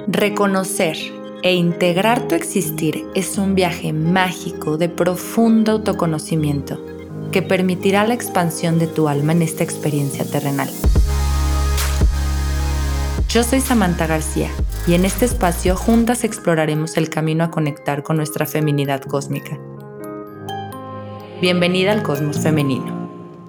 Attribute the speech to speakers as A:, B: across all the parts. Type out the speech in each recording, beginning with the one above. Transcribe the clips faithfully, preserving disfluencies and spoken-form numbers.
A: Reconocer e integrar tu existir es un viaje mágico de profundo autoconocimiento que permitirá la expansión de tu alma en esta experiencia terrenal. Yo soy Samantha García y en este espacio juntas exploraremos el camino a conectar con nuestra feminidad cósmica. Bienvenida al Cosmos Femenino.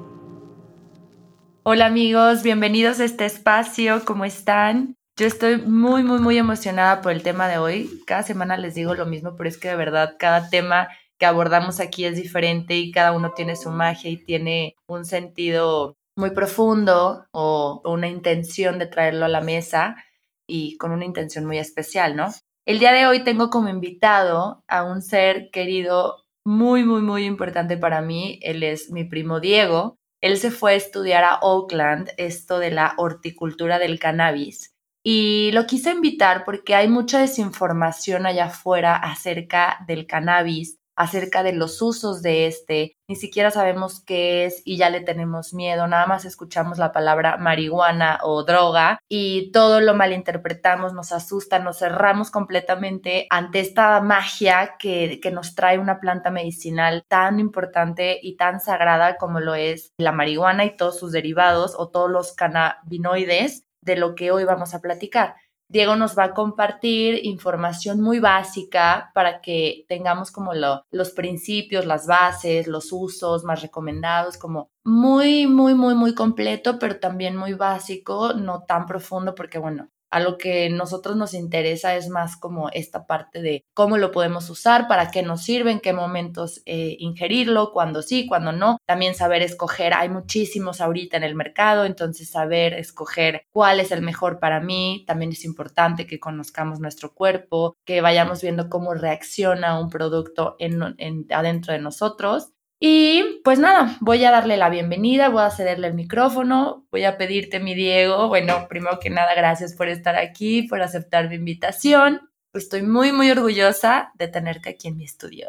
A: Hola amigos, bienvenidos a este espacio, ¿cómo están? Yo estoy muy, muy, muy emocionada por el tema de hoy. Cada semana les digo lo mismo, pero es que de verdad cada tema que abordamos aquí es diferente y cada uno tiene su magia y tiene un sentido muy profundo o una intención de traerlo a la mesa y con una intención muy especial, ¿no? El día de hoy tengo como invitado a un ser querido muy, muy, muy importante para mí. Él es mi primo Diego. Él se fue a estudiar a Oakland esto de la horticultura del cannabis. Y lo quise invitar porque hay mucha desinformación allá afuera acerca del cannabis, acerca de los usos de este. Ni siquiera sabemos qué es y ya le tenemos miedo. Nada más escuchamos la palabra marihuana o droga y todo lo malinterpretamos, nos asusta, nos cerramos completamente ante esta magia que, que nos trae una planta medicinal tan importante y tan sagrada como lo es la marihuana y todos sus derivados o todos los cannabinoides de lo que hoy vamos a platicar. Diego nos va a compartir información muy básica para que tengamos como lo, los principios, las bases, los usos más recomendados, como muy, muy, muy, muy completo, pero también muy básico, no tan profundo, porque bueno, a lo que nosotros nos interesa es más como esta parte de cómo lo podemos usar, para qué nos sirve, en qué momentos eh, ingerirlo, cuándo sí, cuándo no. También saber escoger, hay muchísimos ahorita en el mercado, entonces saber escoger cuál es el mejor para mí. También es importante que conozcamos nuestro cuerpo, que vayamos viendo cómo reacciona un producto en, en, adentro de nosotros. Y pues nada, voy a darle la bienvenida, voy a cederle el micrófono, voy a pedirte, mi Diego, bueno, primero que nada, gracias por estar aquí, por aceptar mi invitación. Estoy muy, muy orgullosa de tenerte aquí en mi estudio.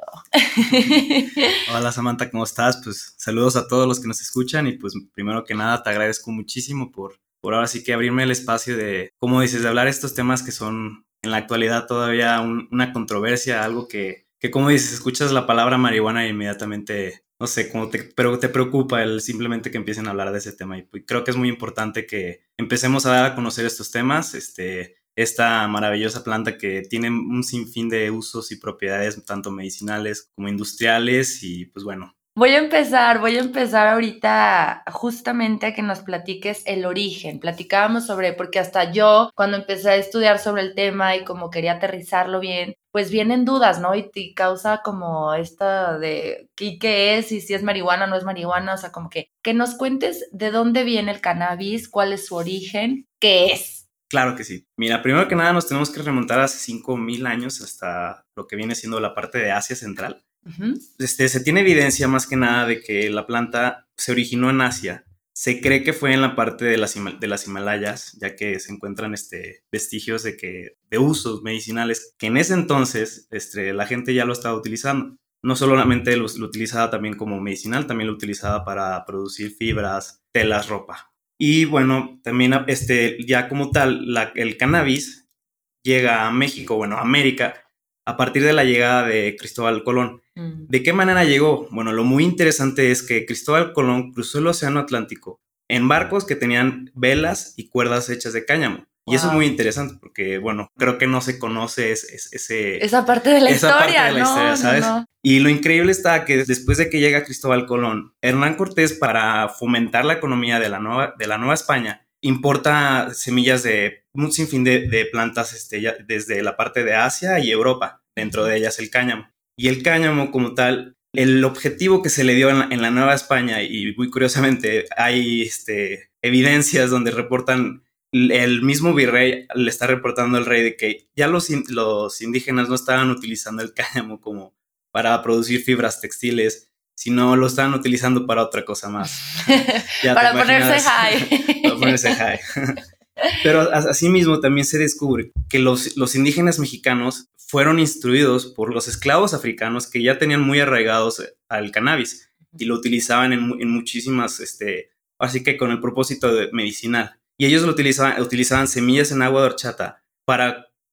B: Hola Samantha, ¿cómo estás? Pues saludos a todos los que nos escuchan y pues primero que nada te agradezco muchísimo por, por ahora sí que abrirme el espacio de, como dices, de hablar estos temas que son en la actualidad todavía un, una controversia, algo que que como dices, escuchas la palabra marihuana e inmediatamente, no sé, como te, pero te preocupa el simplemente que empiecen a hablar de ese tema y pues, creo que es muy importante que empecemos a dar a conocer estos temas, este, esta maravillosa planta que tiene un sinfín de usos y propiedades tanto medicinales como industriales y pues bueno.
A: Voy a empezar, voy a empezar ahorita justamente a que nos platiques el origen. Platicábamos sobre, porque hasta yo cuando empecé a estudiar sobre el tema y como quería aterrizarlo bien, pues vienen dudas, ¿no? Y te causa como esta de ¿qué, qué es? Y si es marihuana o no es marihuana, o sea, como que, que nos cuentes de dónde viene el cannabis, cuál es su origen, qué es.
B: Claro que sí. Mira, primero que nada nos tenemos que remontar hace cinco mil años hasta lo que viene siendo la parte de Asia Central. Uh-huh. Este, se tiene evidencia más que nada de que la planta se originó en Asia. Se cree que fue en la parte de las, de las Himalayas, ya que se encuentran este, vestigios de, que, de usos medicinales que en ese entonces este, la gente ya lo estaba utilizando. No solamente lo, lo utilizaba también como medicinal, también lo utilizaba para producir fibras, telas, ropa. Y bueno, también este, ya como tal, la, el cannabis llega a México, bueno, a América, a partir de la llegada de Cristóbal Colón. Mm. ¿De qué manera llegó? Bueno, lo muy interesante es que Cristóbal Colón cruzó el Océano Atlántico en barcos que tenían velas y cuerdas hechas de cáñamo. Wow. Y eso es muy interesante porque, bueno, creo que no se conoce ese, ese,
A: esa parte de la
B: esa
A: historia,
B: parte de la
A: no,
B: historia, ¿sabes?
A: No, no.
B: Y lo increíble está que después de que llega Cristóbal Colón, Hernán Cortés, para fomentar la economía de la Nueva, de la Nueva España, importa semillas de un sinfín de, de plantas este, ya, desde la parte de Asia y Europa, dentro de ellas el cáñamo. Y el cáñamo como tal, el objetivo que se le dio en la, en la Nueva España, y muy curiosamente hay este, evidencias donde reportan, el mismo virrey le está reportando al rey de que ya los, los indígenas no estaban utilizando el cáñamo como para producir fibras textiles, sino lo estaban utilizando para otra cosa más.
A: para ponerse high.
B: Para ponerse high. Pero asimismo también se descubre que los, los indígenas mexicanos fueron instruidos por los esclavos africanos que ya tenían muy arraigados al cannabis y lo utilizaban en, en muchísimas, este, así que con el propósito de medicinal. Y ellos lo utilizaban, utilizaban semillas en agua de horchata para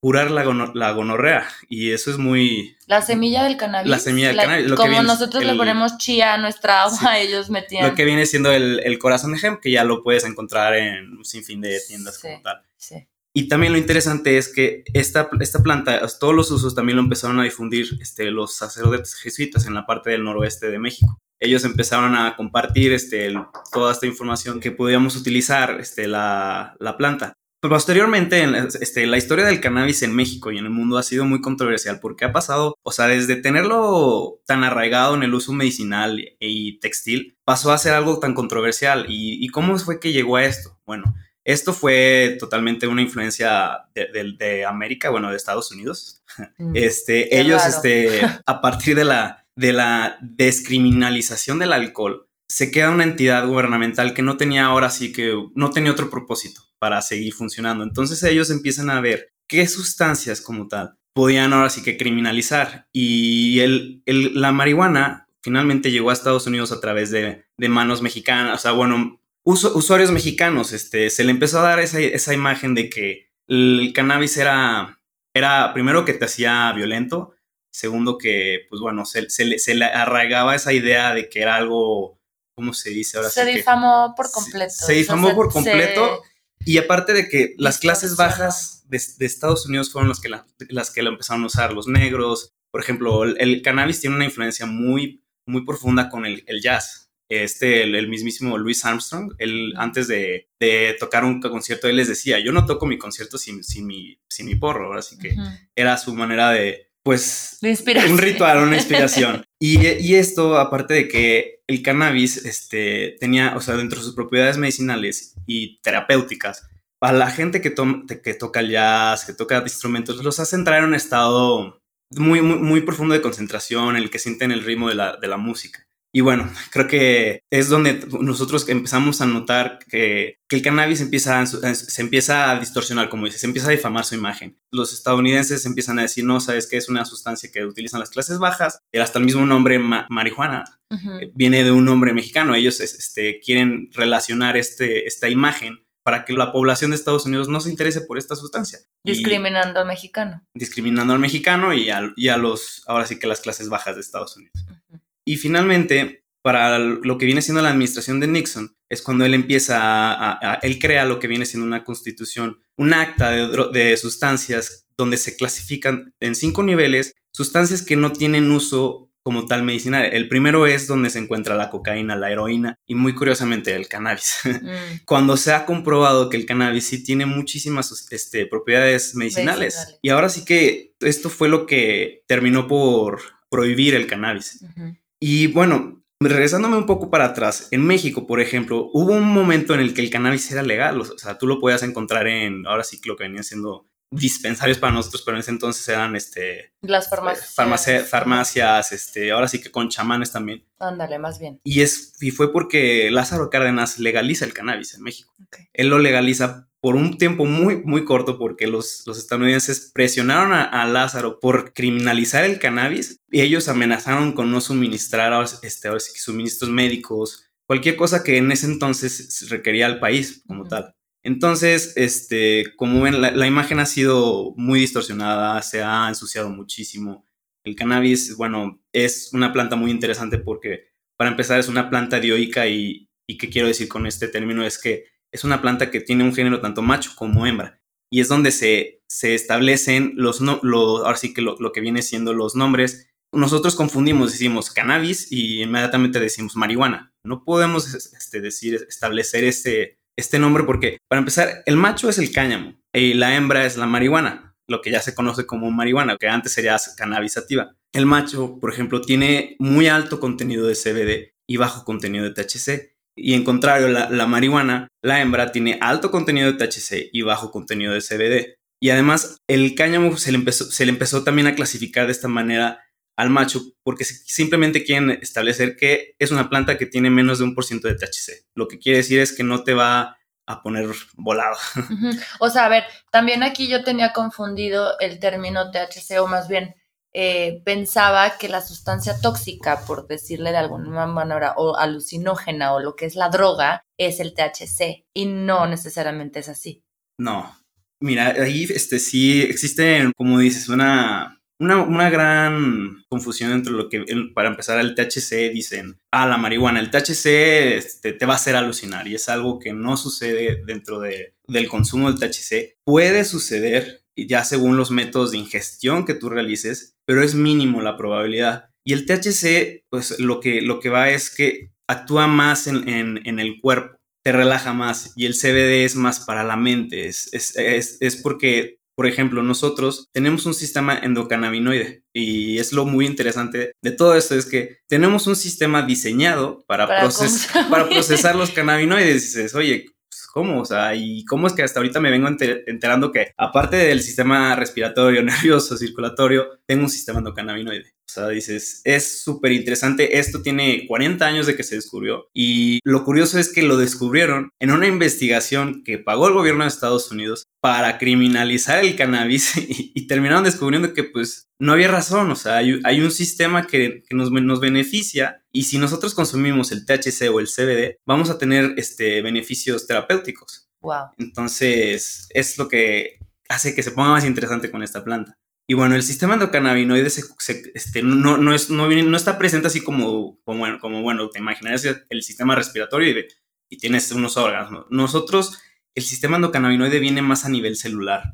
B: curar la, gono- la gonorrea. Y eso es muy...
A: La semilla del cannabis.
B: La semilla del
A: la,
B: cannabis. Lo
A: como
B: que viene,
A: nosotros
B: el,
A: le ponemos chía a nuestra agua, sí, ellos metían.
B: Lo que viene siendo el, el corazón de hemp, que ya lo puedes encontrar en un sinfín de tiendas, sí, como tal.
A: Sí.
B: Y también lo interesante es que esta, esta planta, todos los usos también lo empezaron a difundir este, los sacerdotes jesuitas en la parte del noroeste de México. Ellos empezaron a compartir este, el, toda esta información que podíamos utilizar este, la, la planta. Pero posteriormente, en la, este, la historia del cannabis en México y en el mundo ha sido muy controversial porque ha pasado, o sea, desde tenerlo tan arraigado en el uso medicinal y textil, pasó a ser algo tan controversial. ¿Y, y cómo fue que llegó a esto? Bueno, esto fue totalmente una influencia de, de, de América, bueno, de Estados Unidos. Mm, este, ellos, raro. este, a partir de la, de la descriminalización del alcohol, se queda una entidad gubernamental que no tenía ahora sí que, no tenía otro propósito para seguir funcionando. Entonces ellos empiezan a ver qué sustancias como tal podían ahora sí que criminalizar. Y el, el, la marihuana finalmente llegó a Estados Unidos a través de, de manos mexicanas, o sea, bueno, uso, usuarios mexicanos. Este, se le empezó a dar esa, esa imagen de que el cannabis era, era, primero, que te hacía violento, segundo, que, pues bueno, se, se, le, se le arraigaba esa idea de que era algo, ¿cómo se dice ahora?
A: Se
B: sí
A: difamó
B: que,
A: por completo.
B: Se, se difamó
A: o sea,
B: por completo.
A: Se...
B: Y aparte de que las clases bajas de, de Estados Unidos fueron las que, la, las que lo empezaron a usar, los negros. Por ejemplo, el, el cannabis tiene una influencia muy, muy profunda con el, el jazz. Este, el, el mismísimo Louis Armstrong, él, antes de, de tocar un concierto, él les decía, yo no toco mi concierto sin, sin, mi, sin mi porro. Así que uh-huh. Era su manera de, pues, un ritual, una inspiración. Y, y esto, aparte de que el cannabis este, tenía, o sea, dentro de sus propiedades medicinales y terapéuticas, para la gente que, to- que toca el jazz, que toca instrumentos, los hace entrar en un estado muy, muy, muy profundo de concentración, en el que sienten el ritmo de la, de la música. Y bueno, creo que es donde nosotros empezamos a notar que, que el cannabis empieza a, se empieza a distorsionar, como dices, se empieza a difamar su imagen. Los estadounidenses empiezan a decir, no, sabes que es una sustancia que utilizan las clases bajas, hasta el mismo nombre ma- marihuana uh-huh. eh, viene de un nombre mexicano. Ellos este, quieren relacionar este, esta imagen para que la población de Estados Unidos no se interese por esta sustancia.
A: Discriminando al mexicano.
B: Discriminando al mexicano y a, y a los, ahora sí que las clases bajas de Estados Unidos. Uh-huh. Y finalmente, para lo que viene siendo la administración de Nixon, es cuando él empieza a, a, a él crea lo que viene siendo una constitución, un acta de, de sustancias donde se clasifican en cinco niveles sustancias que no tienen uso como tal medicinal. El primero es donde se encuentra la cocaína, la heroína y muy curiosamente el cannabis. Mm. Cuando se ha comprobado que el cannabis sí tiene muchísimas este, propiedades medicinales. medicinales. Y ahora sí que esto fue lo que terminó por prohibir el cannabis. Uh-huh. Y bueno, regresándome un poco para atrás, en México, por ejemplo, hubo un momento en el que el cannabis era legal. O sea, tú lo podías encontrar en, ahora sí que lo que venían siendo dispensarios para nosotros, pero en ese entonces eran este
A: las farmacias,
B: farmacia, farmacias, este, ahora sí que con chamanes también.
A: Ándale, más bien.
B: Y es y fue porque Lázaro Cárdenas legaliza el cannabis en México. Okay. Él lo legaliza por un tiempo muy, muy corto porque los, los estadounidenses presionaron a, a Lázaro por criminalizar el cannabis y ellos amenazaron con no suministrar este, ahora sí que suministros médicos, cualquier cosa que en ese entonces requería al país como uh-huh. tal. Entonces, este, como ven, la, la imagen ha sido muy distorsionada, se ha ensuciado muchísimo. El cannabis, bueno, es una planta muy interesante porque, para empezar, es una planta dioica y, y ¿qué quiero decir con este término? Es que es una planta que tiene un género tanto macho como hembra y es donde se, se establecen los, no, lo, ahora sí que lo, lo que viene siendo los nombres. Nosotros confundimos, decimos cannabis y inmediatamente decimos marihuana. No podemos este, decir, establecer este... este nombre porque, para empezar, el macho es el cáñamo y la hembra es la marihuana, lo que ya se conoce como marihuana, que antes sería cannabis sativa. El macho, por ejemplo, tiene muy alto contenido de C B D y bajo contenido de T H C. Y en contrario, la, la marihuana, la hembra tiene alto contenido de T H C y bajo contenido de C B D. Y además, el cáñamo se le empezó, se le empezó también a clasificar de esta manera al macho porque simplemente quieren establecer que es una planta que tiene menos de un por ciento de T H C. Lo que quiere decir es que no te va a poner volado.
A: Uh-huh. O sea, a ver, también aquí yo tenía confundido el término T H C, o más bien eh, pensaba que la sustancia tóxica, por decirle de alguna manera, o alucinógena, o lo que es la droga, es el T H C, y no necesariamente es así.
B: No. Mira, ahí este, sí existe, como dices, una, una, una gran confusión entre lo que, para empezar, el T H C dicen, ah, la marihuana, el T H C este, te va a hacer alucinar y es algo que no sucede dentro de, del consumo del T H C. Puede suceder ya según los métodos de ingestión que tú realices, pero es mínimo la probabilidad. Y el T H C, pues lo que, lo que va es que actúa más en, en, en el cuerpo, te relaja más, y el C B D es más para la mente. Es, es, es, es porque, por ejemplo, nosotros tenemos un sistema endocannabinoide y es lo muy interesante de todo esto, es que tenemos un sistema diseñado para, para, proces para procesar los cannabinoides. Y dices, oye, ¿cómo? O sea, ¿y cómo es que hasta ahorita me vengo enter enterando que aparte del sistema respiratorio, nervioso, circulatorio, tengo un sistema endocannabinoide? O sea, dices, es súper interesante. Esto tiene cuarenta años de que se descubrió y lo curioso es que lo descubrieron en una investigación que pagó el gobierno de Estados Unidos para criminalizar el cannabis y, y terminaron descubriendo que pues no había razón. O sea, hay, hay un sistema que, que nos, nos beneficia y si nosotros consumimos el T H C o el C B D, vamos a tener este, beneficios terapéuticos.
A: Wow.
B: Entonces, es lo que hace que se ponga más interesante con esta planta. Y bueno, el sistema endocannabinoide se, se, este, no, no, es, no, no está presente así como, como, como bueno, te imaginas el sistema respiratorio y, y tienes unos órganos. Nosotros, el sistema endocannabinoide viene más a nivel celular.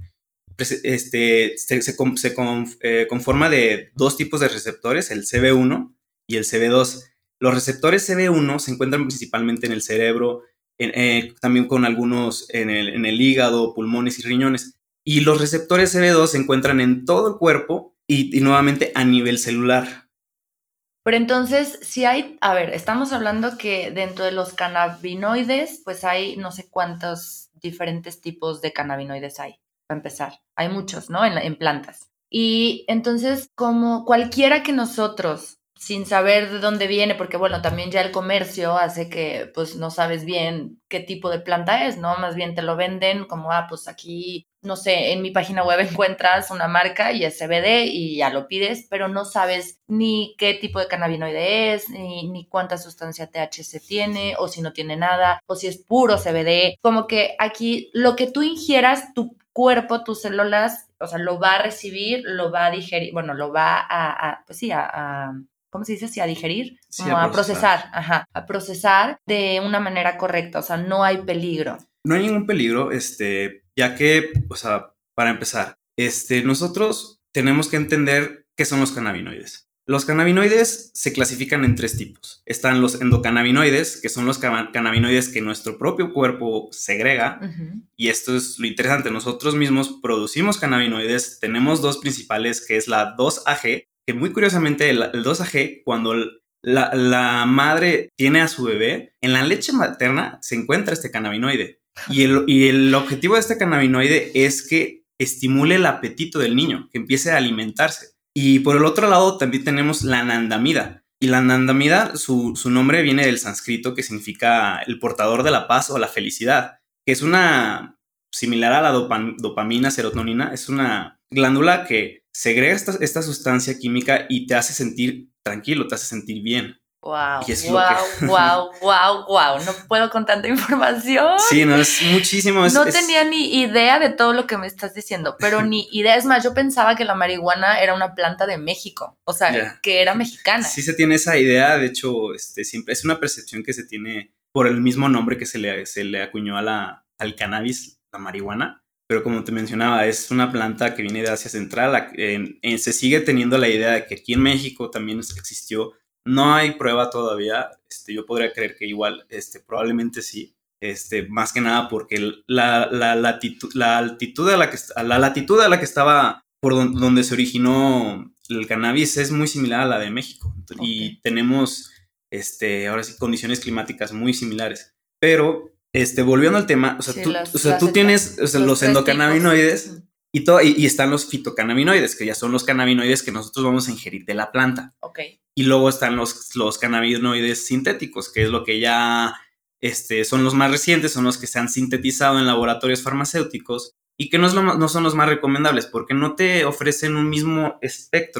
B: Este, se, se, se eh, conforma de dos tipos de receptores, el C B uno y el C B dos. Los receptores C B uno se encuentran principalmente en el cerebro, en, eh, también con algunos en el, en el hígado, pulmones y riñones. Y los receptores C B dos se encuentran en todo el cuerpo y, y nuevamente a nivel celular.
A: Pero entonces, si hay, a ver, estamos hablando que dentro de los cannabinoides, pues hay no sé cuántos diferentes tipos de cannabinoides hay, para empezar. Hay muchos, ¿no? En, en plantas. Y entonces, como cualquiera que nosotros, sin saber de dónde viene, porque bueno, también ya el comercio hace que pues no sabes bien qué tipo de planta es, ¿no? Más bien te lo venden como, ah, pues aquí, no sé, en mi página web encuentras una marca y es C B D y ya lo pides, pero no sabes ni qué tipo de cannabinoide es, ni, ni cuánta sustancia T H C tiene, o si no tiene nada, o si es puro C B D. Como que aquí lo que tú ingieras, tu cuerpo, tus células, o sea, lo va a recibir, lo va a digerir, bueno, lo va a, a pues sí, a... a ¿cómo se dice? Sí, a digerir,
B: sí,
A: como
B: a,
A: a procesar. procesar, ajá, a procesar de una manera correcta, o sea, no hay peligro.
B: No hay ningún peligro, este, ya que, o sea, para empezar, este, nosotros tenemos que entender qué son los cannabinoides. Los cannabinoides se clasifican en tres tipos. Están los endocannabinoides, que son los cannabinoides que nuestro propio cuerpo segrega, uh-huh. Y esto es lo interesante, nosotros mismos producimos cannabinoides, tenemos dos principales, que es la dos A G, que muy curiosamente el, el dos A G, cuando la, la madre tiene a su bebé, en la leche materna se encuentra este cannabinoide. Y el, y el objetivo de este cannabinoide es que estimule el apetito del niño, que empiece a alimentarse. Y por el otro lado también tenemos la anandamida. Y la anandamida, su, su nombre viene del sánscrito, que significa el portador de la paz o la felicidad, que es una, similar a la dopam, dopamina, serotonina, es una glándula que segrega esta, esta sustancia química y te hace sentir tranquilo, te hace sentir bien.
A: Wow, wow, que... wow, wow, wow. No puedo con tanta información.
B: Sí, no, es muchísimo. Es,
A: no
B: es...
A: tenía ni idea de todo lo que me estás diciendo, pero ni idea. Es más, yo pensaba que la marihuana era una planta de México, o sea, yeah. que era mexicana.
B: Sí se tiene esa idea, de hecho, este, siempre es una percepción que se tiene por el mismo nombre que se le, se le acuñó a la, al cannabis, la marihuana. Pero como te mencionaba, es una planta que viene de Asia Central. En, en, se sigue teniendo la idea de que aquí en México también existió. No hay prueba todavía, este, yo podría creer que igual, este, probablemente sí, este, más que nada porque la, la, latitud, la, altitud a la, que, la latitud a la que estaba por don, donde se originó el cannabis es muy similar a la de México. Okay. Y tenemos, este, ahora sí, condiciones climáticas muy similares. Pero, este, volviendo al tema, o sea, sí, tú, las, o sea, tú tienes o sea, los, los endocannabinoides... Y, todo, y, y están los fitocannabinoides, que ya son los cannabinoides que nosotros vamos a ingerir de la planta.
A: Okay.
B: Y luego están los, los cannabinoides sintéticos, que es lo que ya este, son los más recientes, son los que se han sintetizado en laboratorios farmacéuticos y que no, es lo, no son los más recomendables porque no te ofrecen un mismo espectro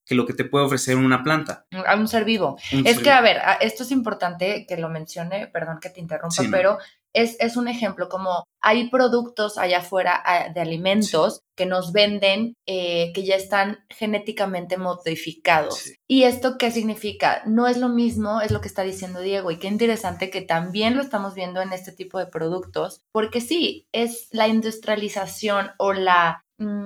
B: que lo que te puede ofrecer una planta.
A: A un ser vivo. Un es ser que, vivo. A ver, esto es importante que lo mencione, perdón que te interrumpa, sí, pero... No. Es, es un ejemplo, como hay productos allá afuera de alimentos sí. que nos venden eh, que ya están genéticamente modificados. Sí. ¿Y esto qué significa? No es lo mismo, es lo que está diciendo Diego, y qué interesante que también lo estamos viendo en este tipo de productos, porque sí, es la industrialización o la...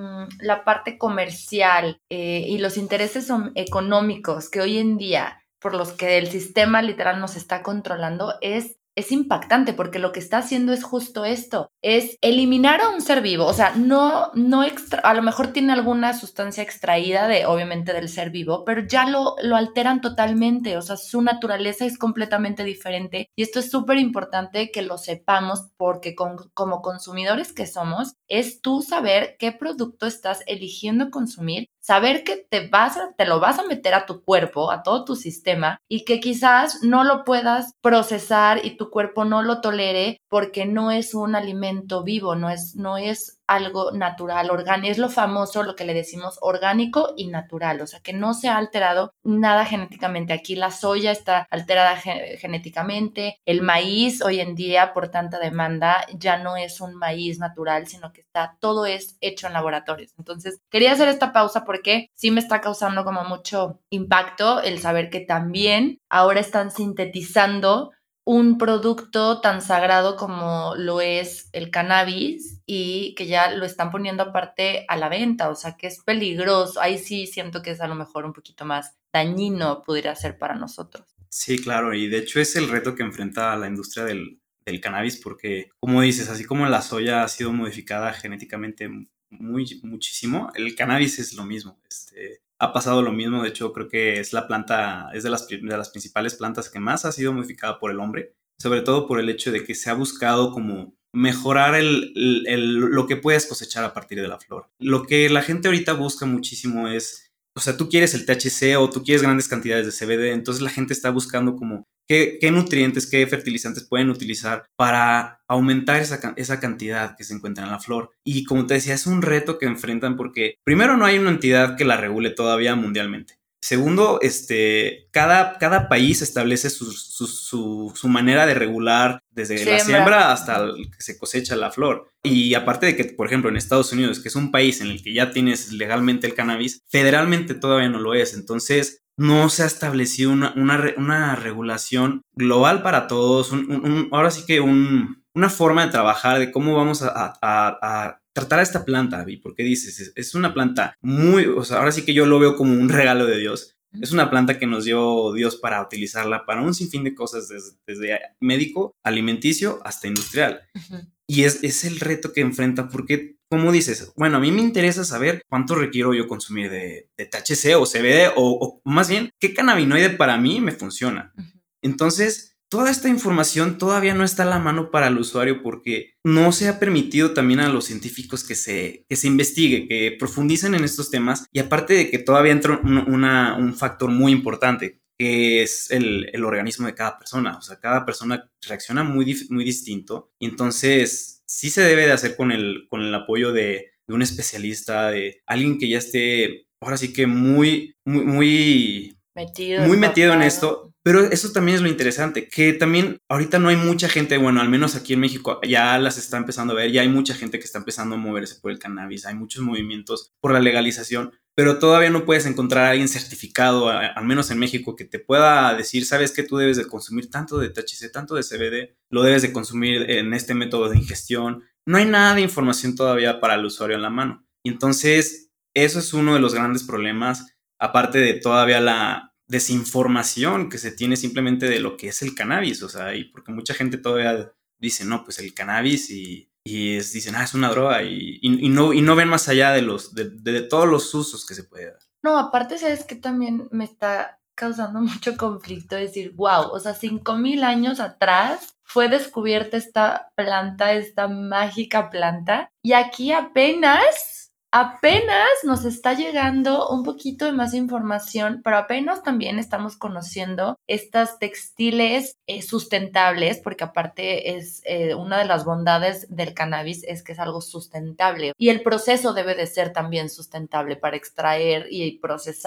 A: la parte comercial eh, y los intereses económicos que hoy en día, por los que el sistema literal nos está controlando, es es impactante, porque lo que está haciendo es justo esto, es eliminar a un ser vivo, o sea, no, no extra, a lo mejor tiene alguna sustancia extraída de, obviamente, del ser vivo, pero ya lo, lo alteran totalmente, o sea, su naturaleza es completamente diferente, y esto es súper importante que lo sepamos, porque con, como consumidores que somos, es tú saber qué producto estás eligiendo consumir, saber que te vas a, te lo vas a meter a tu cuerpo, a todo tu sistema, y que quizás no lo puedas procesar y tu cuerpo no lo tolere porque no es un alimento vivo, no es, no es algo natural, orgánico, es lo famoso, lo que le decimos orgánico y natural, o sea, que no se ha alterado nada genéticamente. Aquí la soya está alterada ge- genéticamente, el maíz hoy en día por tanta demanda ya no es un maíz natural, sino que está, todo es hecho en laboratorios. Entonces, quería hacer esta pausa porque sí me está causando como mucho impacto el saber que también ahora están sintetizando un producto tan sagrado como lo es el cannabis y que ya lo están poniendo aparte a la venta, o sea que es peligroso. Ahí sí siento que es a lo mejor un poquito más dañino pudiera ser para nosotros.
B: Sí, claro, y de hecho es el reto que enfrenta la industria del, del cannabis porque, como dices, así como la soya ha sido modificada genéticamente muy, muchísimo, el cannabis es lo mismo, este... Ha pasado lo mismo, de hecho creo que es la planta, es de las, de las principales plantas que más ha sido modificada por el hombre, sobre todo por el hecho de que se ha buscado como mejorar el, el, el, lo que puedes cosechar a partir de la flor. Lo que la gente ahorita busca muchísimo es, o sea, tú quieres el T H C o tú quieres grandes cantidades de C B D, entonces la gente está buscando como qué, qué nutrientes, qué fertilizantes pueden utilizar para aumentar esa, esa cantidad que se encuentra en la flor. Y como te decía, es un reto que enfrentan porque primero no hay una entidad que la regule todavía mundialmente. Segundo, este, cada, cada país establece su, su, su, su manera de regular desde siembra. la siembra hasta el que se cosecha la flor. Y aparte de que, por ejemplo, en Estados Unidos, que es un país en el que ya tienes legalmente el cannabis, federalmente todavía no lo es. Entonces, no se ha establecido una, una, una regulación global para todos. Un, un, un, ahora sí que un, una forma de trabajar de cómo vamos a, a, a tratar a esta planta, Abby, porque dices, es, es una planta muy, o sea, ahora sí que yo lo veo como un regalo de Dios. Es una planta que nos dio Dios para utilizarla para un sinfín de cosas, desde, desde médico, alimenticio, hasta industrial. Uh-huh. Y es, es el reto que enfrenta, porque, como dices, bueno, a mí me interesa saber cuánto requiero yo consumir de, de T H C o C B D, o, o más bien, qué cannabinoide para mí me funciona. Uh-huh. Entonces, toda esta información todavía no está a la mano para el usuario porque no se ha permitido también a los científicos que se, que se investigue, que profundicen en estos temas, y aparte de que todavía entra un, una, un factor muy importante, que es el, el organismo de cada persona. O sea, cada persona reacciona muy, muy distinto, y entonces sí se debe de hacer con el, con el apoyo de, de un especialista, de alguien que ya esté, ahora sí que muy, muy, muy
A: metido,
B: muy metido en esto. Pero eso también es lo interesante, que también ahorita no hay mucha gente, bueno, al menos aquí en México ya las está empezando a ver, ya hay mucha gente que está empezando a moverse por el cannabis, hay muchos movimientos por la legalización, pero todavía no puedes encontrar a alguien certificado, a, al menos en México, que te pueda decir, sabes que tú debes de consumir tanto de T H C, tanto de C B D, lo debes de consumir en este método de ingestión. No hay nada de información todavía para el usuario en la mano. Y entonces, eso es uno de los grandes problemas, aparte de todavía la desinformación que se tiene simplemente de lo que es el cannabis, o sea, y porque mucha gente todavía dice, no, pues el cannabis y, y es, dicen, ah, es una droga y, y, y, no, y no ven más allá de, los, de, de, de todos los usos que se puede dar.
A: No, aparte, ¿sabes que también me está causando mucho conflicto decir, wow, o sea, cinco mil años atrás fue descubierta esta planta, esta mágica planta, y aquí apenas... Apenas nos está llegando un poquito de más información, pero apenas también estamos conociendo estas textiles eh, sustentables, porque aparte es eh, una de las bondades del cannabis es que es algo sustentable y el proceso debe de ser también sustentable para extraer y procesar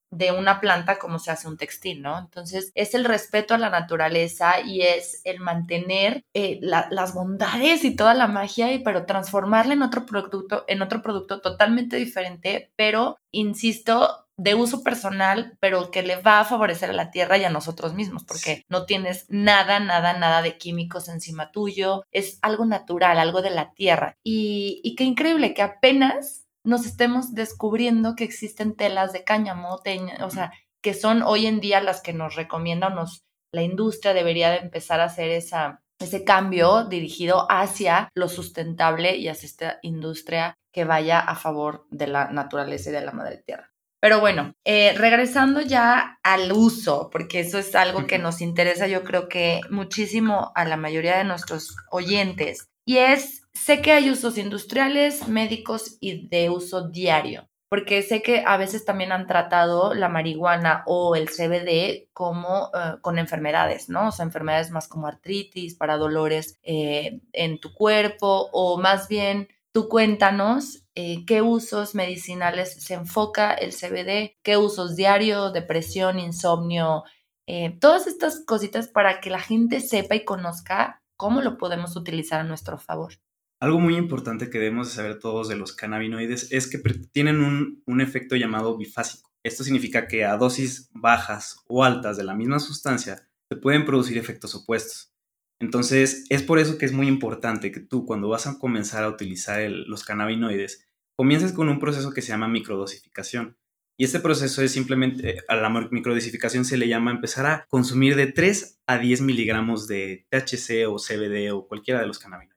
A: de una planta como se hace un textil, ¿no? Entonces, es el respeto a la naturaleza y es el mantener eh, la, las bondades y toda la magia, y, pero transformarla en otro producto, en otro producto totalmente diferente, pero, insisto, de uso personal, pero que le va a favorecer a la tierra y a nosotros mismos, porque no tienes nada, nada, nada de químicos encima tuyo, es algo natural, algo de la tierra. Y, y qué increíble que apenas nos estemos descubriendo que existen telas de cáñamo, teña, o sea, que son hoy en día las que nos recomiendan, nos, la industria debería de empezar a hacer esa, ese cambio dirigido hacia lo sustentable y hacia esta industria que vaya a favor de la naturaleza y de la madre tierra. Pero bueno, eh, regresando ya al uso, porque eso es algo que nos interesa, yo creo que muchísimo a la mayoría de nuestros oyentes, y es, sé que hay usos industriales, médicos y de uso diario, porque sé que a veces también han tratado la marihuana o el C B D como uh, con enfermedades, ¿no? O sea, enfermedades más como artritis, para dolores eh, en tu cuerpo, o más bien tú cuéntanos eh, qué usos medicinales se enfoca el C B D, qué usos diarios, depresión, insomnio, eh, todas estas cositas para que la gente sepa y conozca cómo lo podemos utilizar a nuestro favor.
B: Algo muy importante que debemos de saber todos de los cannabinoides es que tienen un, un efecto llamado bifásico. Esto significa que a dosis bajas o altas de la misma sustancia se pueden producir efectos opuestos. Entonces, es por eso que es muy importante que tú, cuando vas a comenzar a utilizar el, los cannabinoides, comiences con un proceso que se llama microdosificación. Y este proceso es simplemente, a la microdosificación se le llama empezar a consumir de tres a diez miligramos de T H C o C B D o cualquiera de los cannabinoides.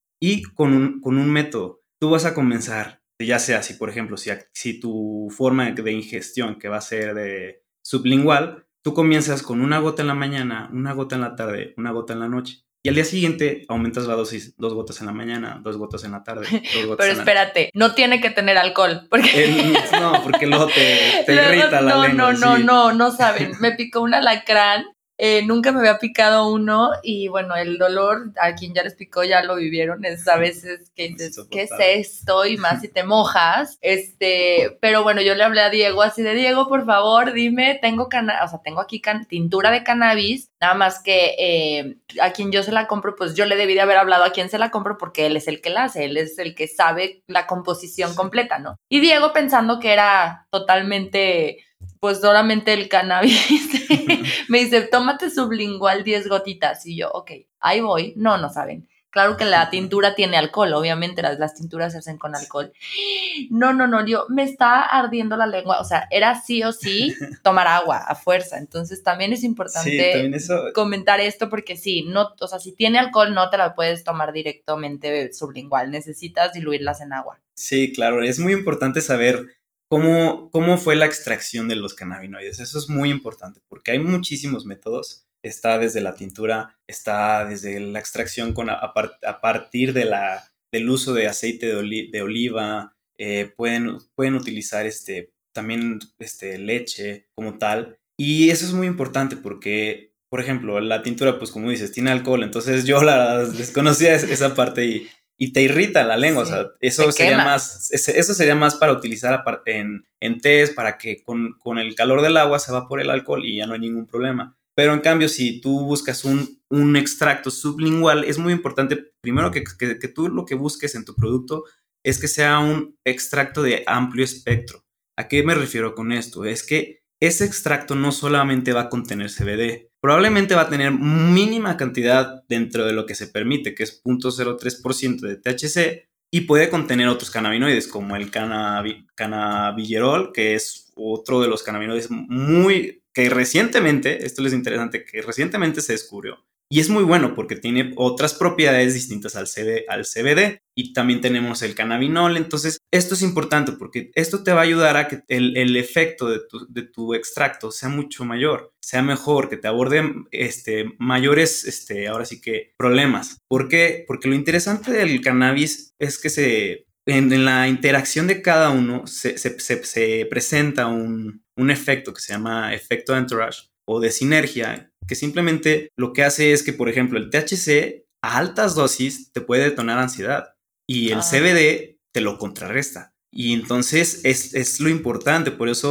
B: Y con un, con un método, tú vas a comenzar, ya sea si, por ejemplo, si, si tu forma de ingestión, que va a ser de sublingual, tú comienzas con una gota en la mañana, una gota en la tarde, una gota en la noche. Y al día siguiente aumentas la dosis, dos gotas en la mañana, dos gotas en la tarde, dos gotas
A: Pero
B: en la...
A: espérate, no tiene que tener alcohol. Porque...
B: Eh, no, porque luego te, te irrita
A: no,
B: la lengua.
A: No, no,
B: sí.
A: no, no saben. Me picó un alacrán. Eh, nunca me había picado uno y bueno, el dolor, a quien ya les picó ya lo vivieron, es a veces que dices, ¿qué es esto? Y más si te mojas, este, pero bueno, yo le hablé a Diego así de, Diego, por favor, dime, tengo cana, o sea, tengo aquí can tintura de cannabis, nada más que eh, a quien yo se la compro, pues yo le debí de haber hablado a quien se la compro porque él es el que la hace, él es el que sabe la composición completa, ¿no? Y Diego, pensando que era totalmente... pues solamente el cannabis, me dice, tómate sublingual diez gotitas, y yo, ok, ahí voy, no, no saben, claro que la tintura tiene alcohol, obviamente las, las tinturas se hacen con alcohol, no, no, no, yo, me está ardiendo la lengua, o sea, era sí o sí tomar agua a fuerza, entonces también es importante
B: sí, también eso...
A: comentar esto, porque sí, no, o sea, si tiene alcohol no te la puedes tomar directamente sublingual, necesitas diluirlas en agua.
B: Sí, claro, es muy importante saber ¿Cómo, ¿Cómo fue la extracción de los cannabinoides? Eso es muy importante porque hay muchísimos métodos. Está desde la tintura, está desde la extracción con a, a partir de la, del uso de aceite de, oli, de oliva. Eh, pueden, pueden utilizar este, también este, leche como tal. Y eso es muy importante porque, por ejemplo, la tintura, pues como dices, tiene alcohol. Entonces yo la desconocía esa parte y... y te irrita la lengua, sí, o sea, eso sería quema. más, eso sería más para utilizar en, en tés, para que con, con el calor del agua se evapore el alcohol y ya no hay ningún problema. Pero en cambio, si tú buscas un, un extracto sublingual, es muy importante, primero que, que, que tú lo que busques en tu producto es que sea un extracto de amplio espectro. ¿A qué me refiero con esto? Es que ese extracto no solamente va a contener C B D, probablemente va a tener mínima cantidad dentro de lo que se permite, que es cero punto cero tres por ciento de T H C, y puede contener otros cannabinoides, como el cannabigerol, que es otro de los cannabinoides muy, que recientemente, esto es interesante, que recientemente se descubrió, y es muy bueno porque tiene otras propiedades distintas al, C B, al C B D. Y también tenemos el cannabinol. Entonces, esto es importante porque esto te va a ayudar a que el, el efecto de tu, de tu extracto sea mucho mayor, sea mejor, que te aborde este, mayores, este, ahora sí que, problemas. ¿Por qué? Porque lo interesante del cannabis es que se, en, en la interacción de cada uno se, se, se, se presenta un, un efecto que se llama efecto entourage o de sinergia, que simplemente lo que hace es que, por ejemplo, el T H C a altas dosis te puede detonar ansiedad y el ah. C B D te lo contrarresta. Y entonces es, es lo importante, por eso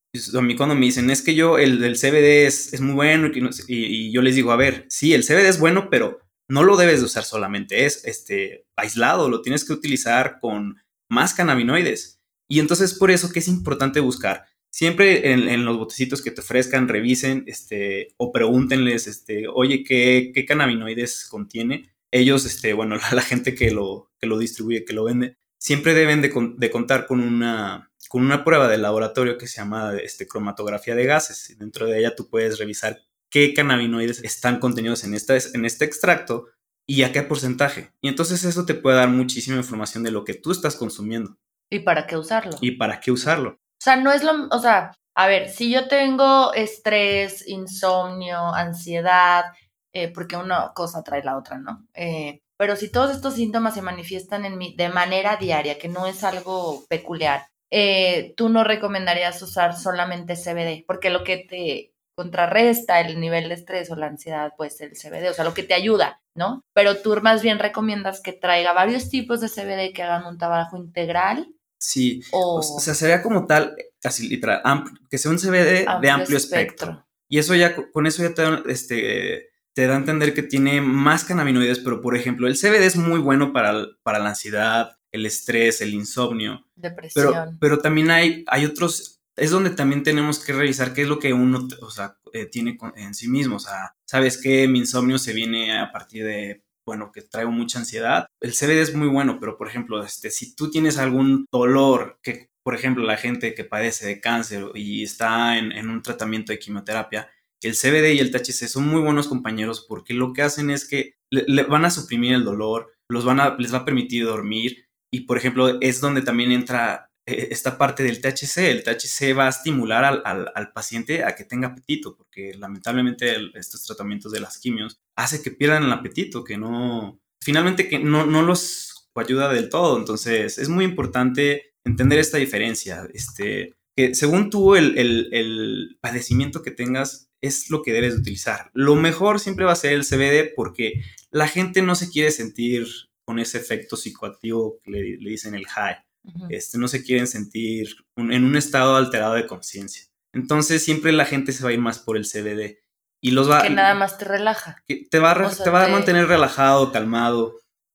B: A mí cuando me dicen, es que yo, el, el C B D es, es muy bueno, y, y, y yo les digo, a ver, sí, el C B D es bueno, pero no lo debes de usar solamente, es este, aislado, lo tienes que utilizar con más cannabinoides. Y entonces por eso que es importante buscar. Siempre en, en los botecitos que te ofrezcan, revisen este, o pregúntenles, este, oye, ¿qué, qué cannabinoides contiene? Ellos, este, bueno, la, la gente que lo, que lo distribuye, que lo vende, siempre deben de, de contar con una, con una prueba de laboratorio que se llama este, cromatografía de gases. Dentro de ella tú puedes revisar qué cannabinoides están contenidos en, esta, en este extracto y a qué porcentaje. Y entonces eso te puede dar muchísima información de lo que tú estás consumiendo.
A: ¿Y para qué usarlo?
B: Y para qué usarlo.
A: O sea, no es lo... O sea, a ver, si yo tengo estrés, insomnio, ansiedad, eh, porque una cosa trae la otra, ¿no? Eh, pero si todos estos síntomas se manifiestan en mí de manera diaria, que no es algo peculiar, eh, tú no recomendarías usar solamente C B D, porque lo que te contrarresta el nivel de estrés o la ansiedad, pues el C B D, o sea, lo que te ayuda, ¿no? Pero tú más bien recomiendas que traiga varios tipos de C B D que hagan un trabajo integral.
B: Sí, o, o sea, sería como tal, así literal, ampl- que sea un C B D amplio de amplio espectro. espectro. Y eso ya, con eso ya te, este, te da a entender que tiene más cannabinoides, pero por ejemplo, el C B D es muy bueno para, para la ansiedad, el estrés, el insomnio.
A: Depresión.
B: Pero, pero también hay, hay otros, es donde también tenemos que revisar qué es lo que uno, o sea, eh, tiene en sí mismo. O sea, ¿sabes qué? Mi insomnio se viene a partir de, bueno, que traigo mucha ansiedad. El C B D es muy bueno, pero por ejemplo, este, si tú tienes algún dolor, que por ejemplo la gente que padece de cáncer y está en, en un tratamiento de quimioterapia, el C B D y el T H C son muy buenos compañeros porque lo que hacen es que le, le van a suprimir el dolor, los van a, les va a permitir dormir y por ejemplo es donde también entra eh, esta parte del T H C. El T H C va a estimular al, al, al paciente a que tenga apetito porque lamentablemente el, estos tratamientos de las quimios hace que pierdan el apetito, que no, finalmente que no, no los ayuda del todo. Entonces es muy importante entender esta diferencia, este, que según tú el, el, el padecimiento que tengas es lo que debes de utilizar. Lo mejor siempre va a ser el C B D porque la gente no se quiere sentir con ese efecto psicoactivo que le, le dicen el high. Uh-huh. Este, no se quieren sentir un, en un estado alterado de conciencia. Entonces siempre la gente se va a ir más por el C B D. Y los va,
A: que nada más te relaja.
B: Que te va, a, o sea, te va te... a mantener relajado, calmado.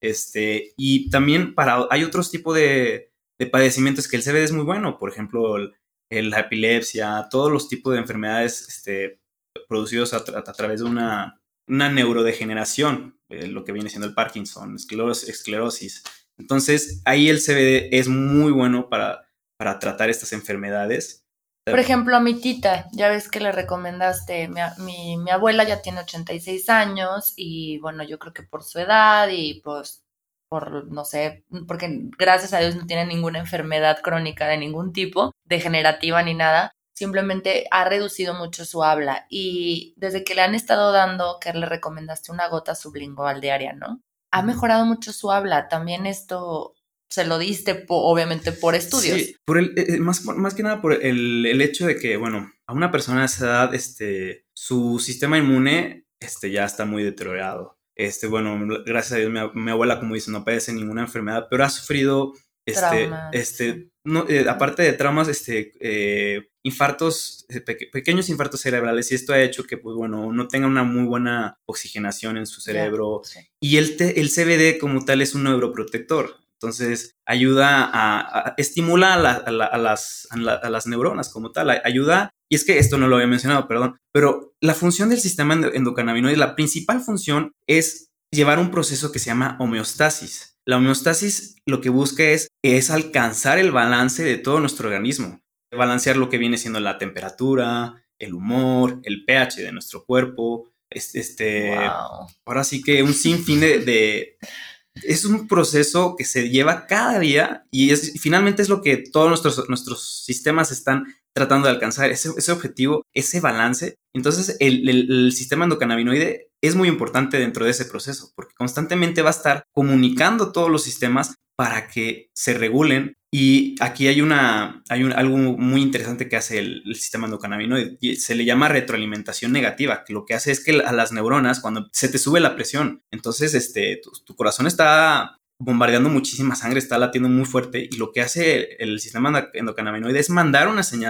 B: Este, y también para, hay otros tipos de, de padecimientos que el C B D es muy bueno. Por ejemplo, el, el, la epilepsia, todos los tipos de enfermedades este, producidos a, tra a través de una, una neurodegeneración, eh, lo que viene siendo el Parkinson, escleros esclerosis. Entonces, ahí el C B D es muy bueno para, para tratar estas enfermedades.
A: Por ejemplo, a mi tita, ya ves que le recomendaste, mi, mi, mi abuela ya tiene ochenta y seis años y bueno, yo creo que por su edad y pues por, no sé, porque gracias a Dios no tiene ninguna enfermedad crónica de ningún tipo, degenerativa ni nada, simplemente ha reducido mucho su habla y desde que le han estado dando, que le recomendaste una gota sublingual diaria, ¿no? Ha mejorado mucho su habla, también esto... se lo diste, po, obviamente, por estudios.
B: Sí, por el, eh, más, más que nada por el, el hecho de que, bueno, a una persona de esa edad, este, su sistema inmune este, ya está muy deteriorado. Este, bueno, gracias a Dios, mi, mi abuela, como dice, no padece ninguna enfermedad, pero ha sufrido, este, traumas. este, no, eh, aparte de traumas, este, eh, infartos, pe pequeños infartos cerebrales, y esto ha hecho que, pues, bueno, no tenga una muy buena oxigenación en su cerebro. Yeah, sí. Y el, te, el C B D como tal es un neuroprotector. Entonces, ayuda a, a estimula a, la, a, la, a, las, a, la, a las neuronas como tal, ayuda, y es que esto no lo había mencionado, perdón, pero la función del sistema endocannabinoide, la principal función es llevar un proceso que se llama homeostasis. La homeostasis lo que busca es, es alcanzar el balance de todo nuestro organismo, balancear lo que viene siendo la temperatura, el humor, el pH de nuestro cuerpo, este, este wow. Ahora sí que un sinfín de... de es un proceso que se lleva cada día y es, finalmente es lo que todos nuestros, nuestros sistemas están tratando de alcanzar, ese, ese objetivo, ese balance. Entonces el, el, el sistema endocannabinoide es muy importante dentro de ese proceso porque constantemente va a estar comunicando todos los sistemas para que se regulen. Y aquí hay, una, hay un, algo muy interesante que hace el, el sistema endocannabinoide y se le llama retroalimentación negativa, que lo que hace es que a las neuronas, cuando se te sube la presión, entonces este, tu, tu corazón está bombardeando muchísima sangre, está latiendo muy fuerte y lo que hace el, el sistema endocannabinoide es mandar una señal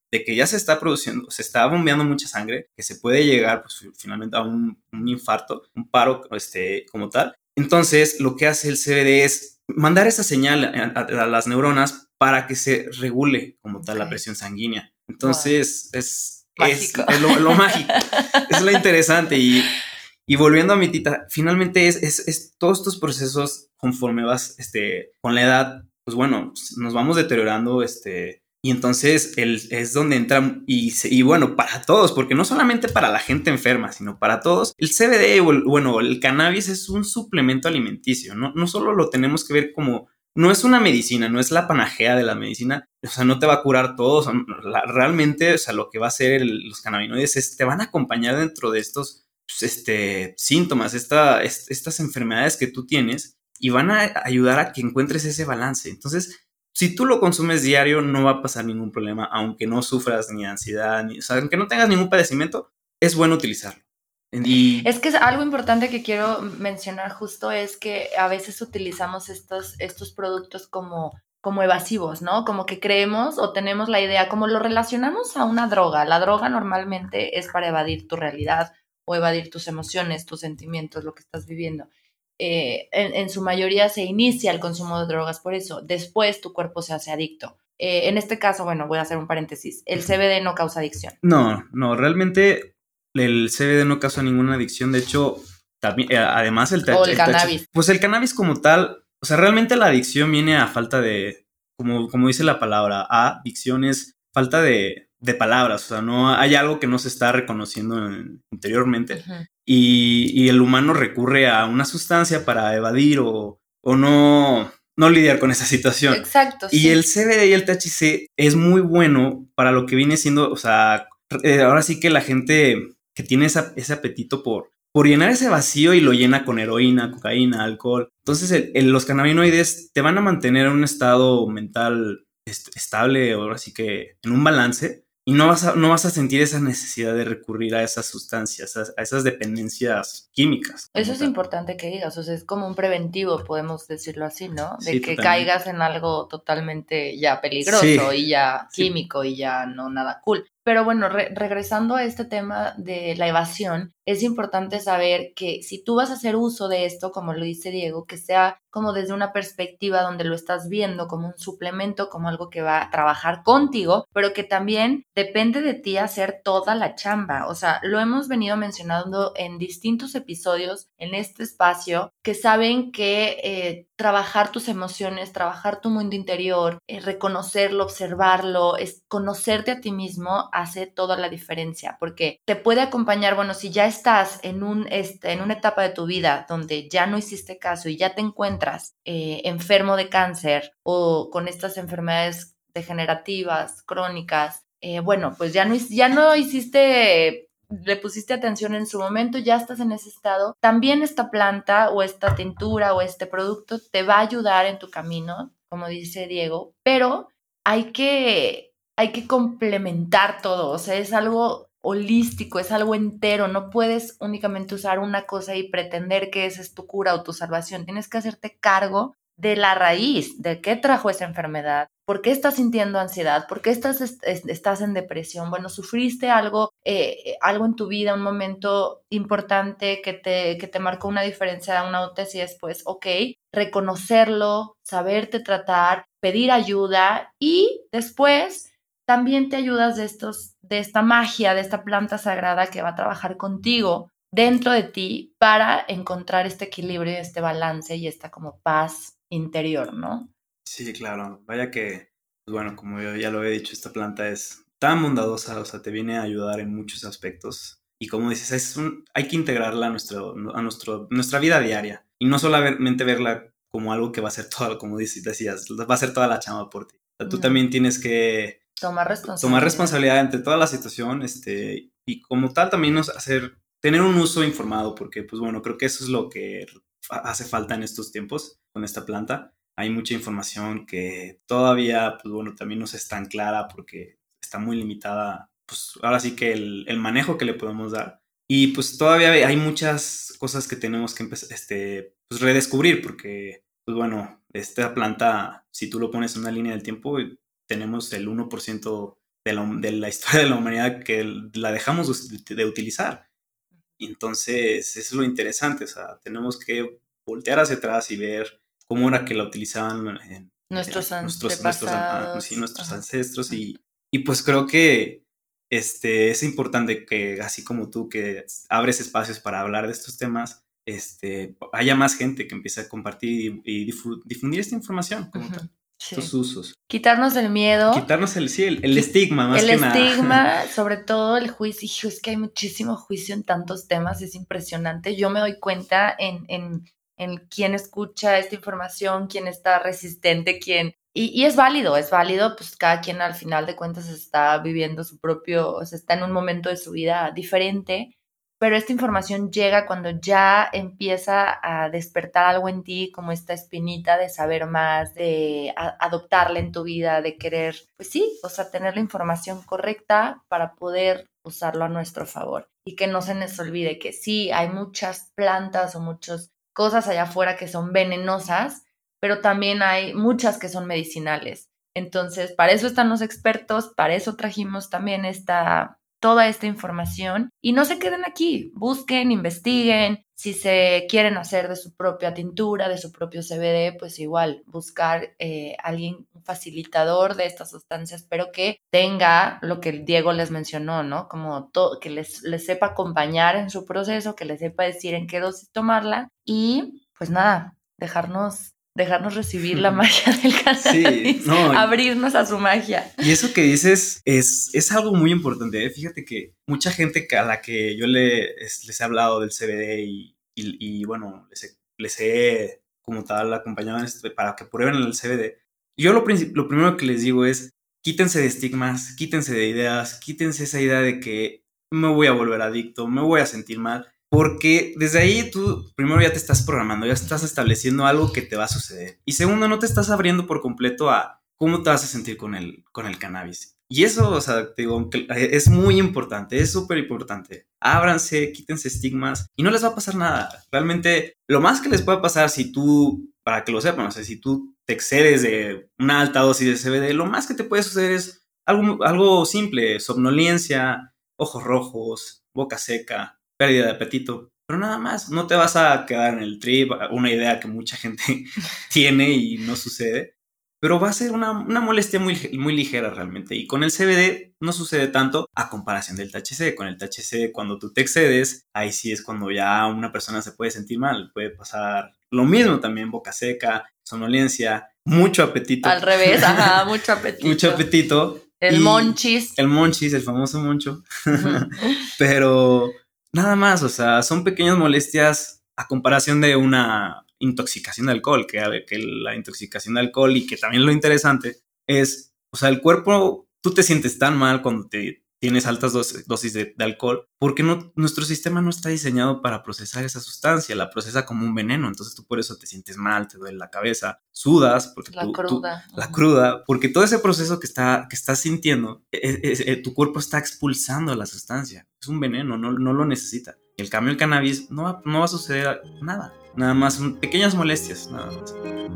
B: de que ya se está produciendo, se está bombeando mucha sangre, que se puede llegar pues, finalmente a un, un infarto, un paro este, como tal. Entonces, lo que hace el C B D es mandar esa señal a, a, a las neuronas para que se regule como tal okay. la presión sanguínea. Entonces, wow. es, es, es lo, lo mágico, es lo interesante. Y, y volviendo a mi tita, finalmente es, es, es todos estos procesos conforme vas este, con la edad, pues bueno, nos vamos deteriorando, este, y entonces el, es donde entra, y, y bueno, para todos, porque no solamente para la gente enferma, sino para todos, el C B D o el, bueno, el cannabis es un suplemento alimenticio, ¿no? No solo lo tenemos que ver como, no es una medicina, no es la panacea de la medicina, o sea, no te va a curar todo, o sea, la, realmente, o sea, lo que va a hacer el, los cannabinoides es, te van a acompañar dentro de estos pues, este, síntomas, esta, est, estas enfermedades que tú tienes, y van a ayudar a que encuentres ese balance. Entonces, si tú lo consumes diario, no va a pasar ningún problema, aunque no sufras ni ansiedad, ni, o sea, aunque no tengas ningún padecimiento, es bueno utilizarlo.
A: Y... Es que es algo importante que quiero mencionar justo es que a veces utilizamos estos, estos productos como, como evasivos, ¿no? Como que creemos o tenemos la idea, como lo relacionamos a una droga. La droga normalmente es para evadir tu realidad o evadir tus emociones, tus sentimientos, lo que estás viviendo. Eh, en, en su mayoría se inicia el consumo de drogas por eso. Después tu cuerpo se hace adicto. Eh, en este caso, bueno, voy a hacer un paréntesis. El C B D no causa adicción.
B: No, no, realmente el C B D no causa ninguna adicción. De hecho, también, eh, además el...
A: O el, el cannabis.
B: Pues el cannabis como tal, o sea, realmente la adicción viene a falta de, como, como dice la palabra, adicción es falta de, de palabras. O sea, no hay algo que no se está reconociendo en, interiormente. Uh-huh. Y, y el humano recurre a una sustancia para evadir o, o no, no lidiar con esa situación.
A: Exacto.
B: Y
A: sí.
B: el C B D y el T H C es muy bueno para lo que viene siendo, o sea, eh, ahora sí que la gente que tiene esa, ese apetito por, por llenar ese vacío y lo llena con heroína, cocaína, alcohol. Entonces el, el, los cannabinoides te van a mantener en un estado mental est- estable, ahora sí que en un balance. Y no vas, a, no vas a sentir esa necesidad de recurrir a esas sustancias, a, a esas dependencias químicas.
A: Eso es tal. Importante que digas, o sea, es como un preventivo, podemos decirlo así, ¿no? De
B: sí,
A: que
B: totalmente.
A: caigas en algo totalmente ya peligroso sí. y ya químico sí. y ya no nada cool. Pero bueno, re- regresando a este tema de la evasión, es importante saber que si tú vas a hacer uso de esto, como lo dice Diego, que sea como desde una perspectiva donde lo estás viendo como un suplemento, como algo que va a trabajar contigo, pero que también depende de ti hacer toda la chamba. O sea, lo hemos venido mencionando en distintos episodios en este espacio, que saben que eh, trabajar tus emociones, trabajar tu mundo interior, eh, reconocerlo, observarlo, es conocerte a ti mismo, hace toda la diferencia, porque te puede acompañar, bueno, si ya estás en, un, este, en una etapa de tu vida donde ya no hiciste caso y ya te encuentras eh, enfermo de cáncer o con estas enfermedades degenerativas, crónicas, eh, bueno, pues ya no, ya no hiciste... le pusiste atención en su momento, ya estás en ese estado, también esta planta o esta tintura o este producto te va a ayudar en tu camino, como dice Diego, pero hay que, hay que complementar todo, o sea, es algo holístico, es algo entero, no puedes únicamente usar una cosa y pretender que esa es tu cura o tu salvación, tienes que hacerte cargo de la raíz, de qué trajo esa enfermedad, por qué estás sintiendo ansiedad, por qué estás, est- estás en depresión, bueno, sufriste algo, eh, algo en tu vida, un momento importante que te, que te marcó una diferencia, una antes y después, ok, reconocerlo, saberte tratar, pedir ayuda y después también te ayudas de, estos, de esta magia, de esta planta sagrada que va a trabajar contigo dentro de ti para encontrar este equilibrio, este balance y esta como paz interior, ¿no?
B: Sí, claro. Vaya que, pues bueno, como yo ya lo he dicho, esta planta es tan bondadosa, o sea, te viene a ayudar en muchos aspectos. Y como dices, es un, hay que integrarla a, nuestro, a nuestro, nuestra vida diaria. Y no solamente verla como algo que va a ser todo, como dices, decías, va a ser toda la chamba por ti. O sea, tú no. también tienes que
A: tomar responsabilidad.
B: tomar responsabilidad entre toda la situación, este, y como tal también nos hacer, tener un uso informado, porque, pues bueno, creo que eso es lo que hace falta en estos tiempos con esta planta. Hay mucha información que todavía, pues bueno, también no es tan clara porque está muy limitada, pues ahora sí que el, el manejo que le podemos dar. Y pues todavía hay muchas cosas que tenemos que empezar, este, pues redescubrir porque, pues bueno, esta planta, si tú lo pones en una línea del tiempo, tenemos el uno por ciento de la, de la historia de la humanidad que la dejamos de, de utilizar. Y entonces, eso es lo interesante, o sea, tenemos que voltear hacia atrás y ver cómo era que la utilizaban en,
A: nuestros
B: eh, nuestros, nuestros,
A: antepasados.
B: sí, nuestros ancestros. Y, y pues creo que este, es importante que, así como tú, que abres espacios para hablar de estos temas, este, haya más gente que empiece a compartir y, y difu- difundir esta información como uh-huh. tal. Sí. Estos usos.
A: Quitarnos el miedo.
B: Quitarnos el, sí, el, el estigma, más
A: el
B: que
A: nada. El estigma,
B: nada.
A: sobre todo el juicio. Hijo, es que hay muchísimo juicio en tantos temas, es impresionante. Yo me doy cuenta en, en, en quién escucha esta información, quién está resistente, quién... Y, y es válido, es válido, pues cada quien al final de cuentas está viviendo su propio, o sea, está en un momento de su vida diferente. Pero esta información llega cuando ya empieza a despertar algo en ti, como esta espinita de saber más, de a- adoptarla en tu vida, de querer, pues sí, o sea, tener la información correcta para poder usarlo a nuestro favor. Y que no se nos olvide que sí, hay muchas plantas o muchas cosas allá afuera que son venenosas, pero también hay muchas que son medicinales. Entonces, para eso están los expertos, para eso trajimos también esta... toda esta información y no se queden aquí, busquen, investiguen, si se quieren hacer de su propia tintura, de su propio C B D, pues igual buscar eh, alguien, un facilitador de estas sustancias, pero que tenga lo que Diego les mencionó, ¿no? Como to- que les, les sepa acompañar en su proceso, que les sepa decir en qué dosis tomarla y pues nada, dejarnos... dejarnos recibir la magia del cannabis, sí, no, abrirnos a su magia.
B: Y eso que dices es, es algo muy importante, ¿eh? Fíjate que mucha gente a la que yo le, es, les he hablado del C B D y, y, y bueno, les he, les he como tal acompañado en este, para que prueben el C B D, yo lo, lo primero que les digo es quítense de estigmas, quítense de ideas, quítense esa idea de que me voy a volver adicto, me voy a sentir mal. Porque desde ahí tú, primero ya te estás programando, ya estás estableciendo algo que te va a suceder. Y segundo, no te estás abriendo por completo a cómo te vas a sentir con el, con el cannabis. Y eso, o sea, te digo, es muy importante, es súper importante. Ábranse, quítense estigmas y no les va a pasar nada. Realmente, lo más que les puede pasar si tú, para que lo sepan, o sea, si tú te excedes de una alta dosis de C B D, lo más que te puede suceder es algo, algo simple, somnolencia, ojos rojos, boca seca, pérdida de apetito, pero nada más, no te vas a quedar en el trip, una idea que mucha gente tiene y no sucede, pero va a ser una, una molestia muy, muy ligera realmente, y con el C B D no sucede tanto a comparación del T H C. Con el T H C, cuando tú te excedes, ahí sí es cuando ya una persona se puede sentir mal, puede pasar lo mismo también, boca seca, somnolencia, mucho apetito.
A: Al revés, ajá, mucho apetito.
B: Mucho apetito.
A: El monchis.
B: El monchis, el famoso moncho. Uh-huh. Pero nada más, o sea, son pequeñas molestias a comparación de una intoxicación de alcohol, que, que la intoxicación de alcohol y que también lo interesante es, o sea, el cuerpo, tú te sientes tan mal cuando te tienes altas dosis, dosis de, de alcohol, porque no, nuestro sistema no está diseñado para procesar esa sustancia, la procesa como un veneno, entonces tú por eso te sientes mal, te duele la cabeza, sudas, porque
A: la
B: tú,
A: cruda.
B: Tú, la cruda, porque todo ese proceso que, está, que estás sintiendo, es, es, es, tu cuerpo está expulsando la sustancia, es un veneno, no, no lo necesita. Y el cambio del cannabis no va, no va a suceder nada, nada más, son pequeñas molestias, nada más.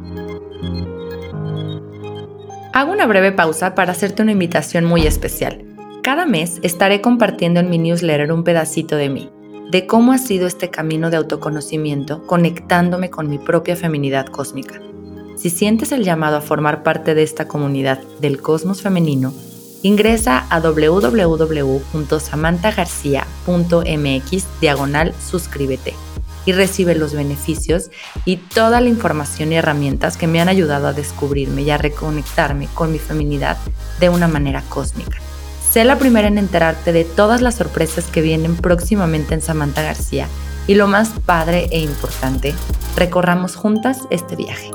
A: Hago una breve pausa para hacerte una invitación muy especial. Cada mes estaré compartiendo en mi newsletter un pedacito de mí, de cómo ha sido este camino de autoconocimiento conectándome con mi propia feminidad cósmica. Si sientes el llamado a formar parte de esta comunidad del cosmos femenino, ingresa a w w w punto samantha garcia punto m x diagonal suscríbete y recibe los beneficios y toda la información y herramientas que me han ayudado a descubrirme y a reconectarme con mi feminidad de una manera cósmica. Sé la primera en enterarte de todas las sorpresas que vienen próximamente en Samantha García y lo más padre e importante, recorramos juntas este viaje.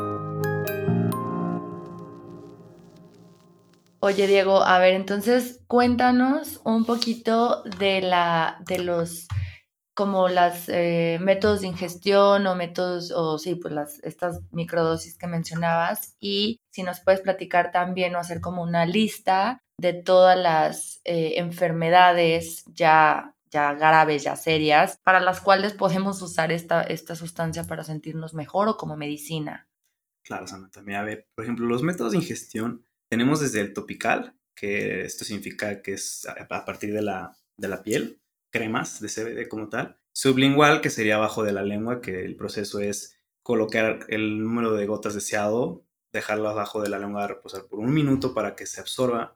A: Oye, Diego, a ver, entonces cuéntanos un poquito de la, de los, como las eh, métodos de ingestión o métodos, o sí, pues las, estas microdosis que mencionabas, y si nos puedes platicar también o hacer como una lista de todas las eh, enfermedades ya, ya graves, ya serias, para las cuales podemos usar esta, esta sustancia para sentirnos mejor o como medicina.
B: Claro, Samantha, a ver, por ejemplo, los métodos de ingestión tenemos desde el topical, que esto significa que es a partir de la, de la piel, cremas de C B D como tal. Sublingual, que sería abajo de la lengua, que el proceso es colocar el número de gotas deseado, dejarlo abajo de la lengua a reposar por un minuto para que se absorba.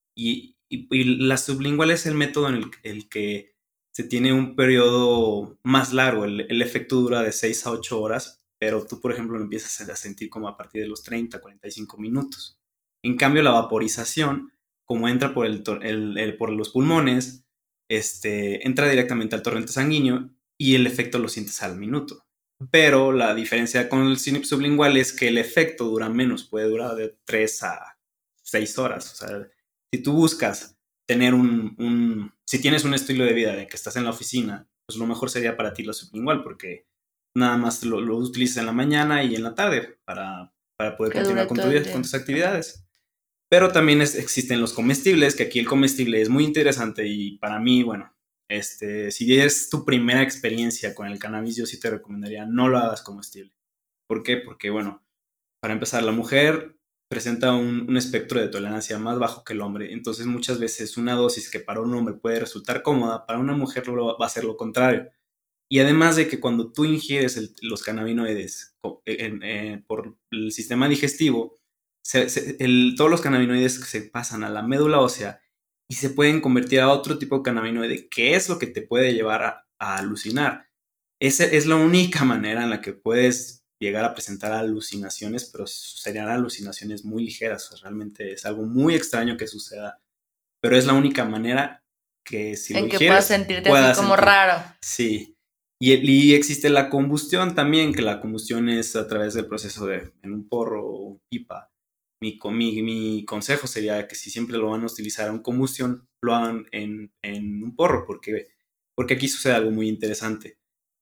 B: Y, y, y la sublingual es el método en el, el que se tiene un periodo más largo. El, el efecto dura de seis a ocho horas, pero tú, por ejemplo, lo empiezas a sentir como a partir de los treinta, cuarenta y cinco minutos. En cambio, la vaporización, como entra por, el, el, el, por los pulmones, este, entra directamente al torrente sanguíneo y el efecto lo sientes al minuto. Pero la diferencia con el sublingual es que el efecto dura menos, puede durar de tres a seis horas. O sea, si tú buscas tener un, un, si tienes un estilo de vida de que estás en la oficina, pues lo mejor sería para ti lo sublingual, porque nada más lo, lo utilizas en la mañana y en la tarde para, para poder continuar con, tu, con tus actividades. Pero también es, existen los comestibles, que aquí el comestible es muy interesante y para mí, bueno, este, si es tu primera experiencia con el cannabis, yo sí te recomendaría no lo hagas comestible. ¿Por qué? Porque, bueno, para empezar, la mujer presenta un, un espectro de tolerancia más bajo que el hombre, entonces muchas veces una dosis que para un hombre puede resultar cómoda, para una mujer lo, va a ser lo contrario. Y además de que cuando tú ingieres el, los cannabinoides en, en, por el sistema digestivo, se, se, el, todos los cannabinoides se pasan a la médula ósea y se pueden convertir a otro tipo de cannabinoide, que es lo que te puede llevar a, a alucinar. Esa es la única manera en la que puedes llegar a presentar alucinaciones, pero serían alucinaciones muy ligeras. O sea, realmente es algo muy extraño que suceda, pero es la única manera que si
A: en
B: lo
A: que
B: ingieres,
A: puedas sentirte puedas así como sentir, raro.
B: Sí. Y, y existe la combustión también, que la combustión es a través del proceso de en un porro o pipa. Mi, mi, mi consejo sería que si siempre lo van a utilizar en combustión, lo hagan en, en un porro, porque, porque aquí sucede algo muy interesante.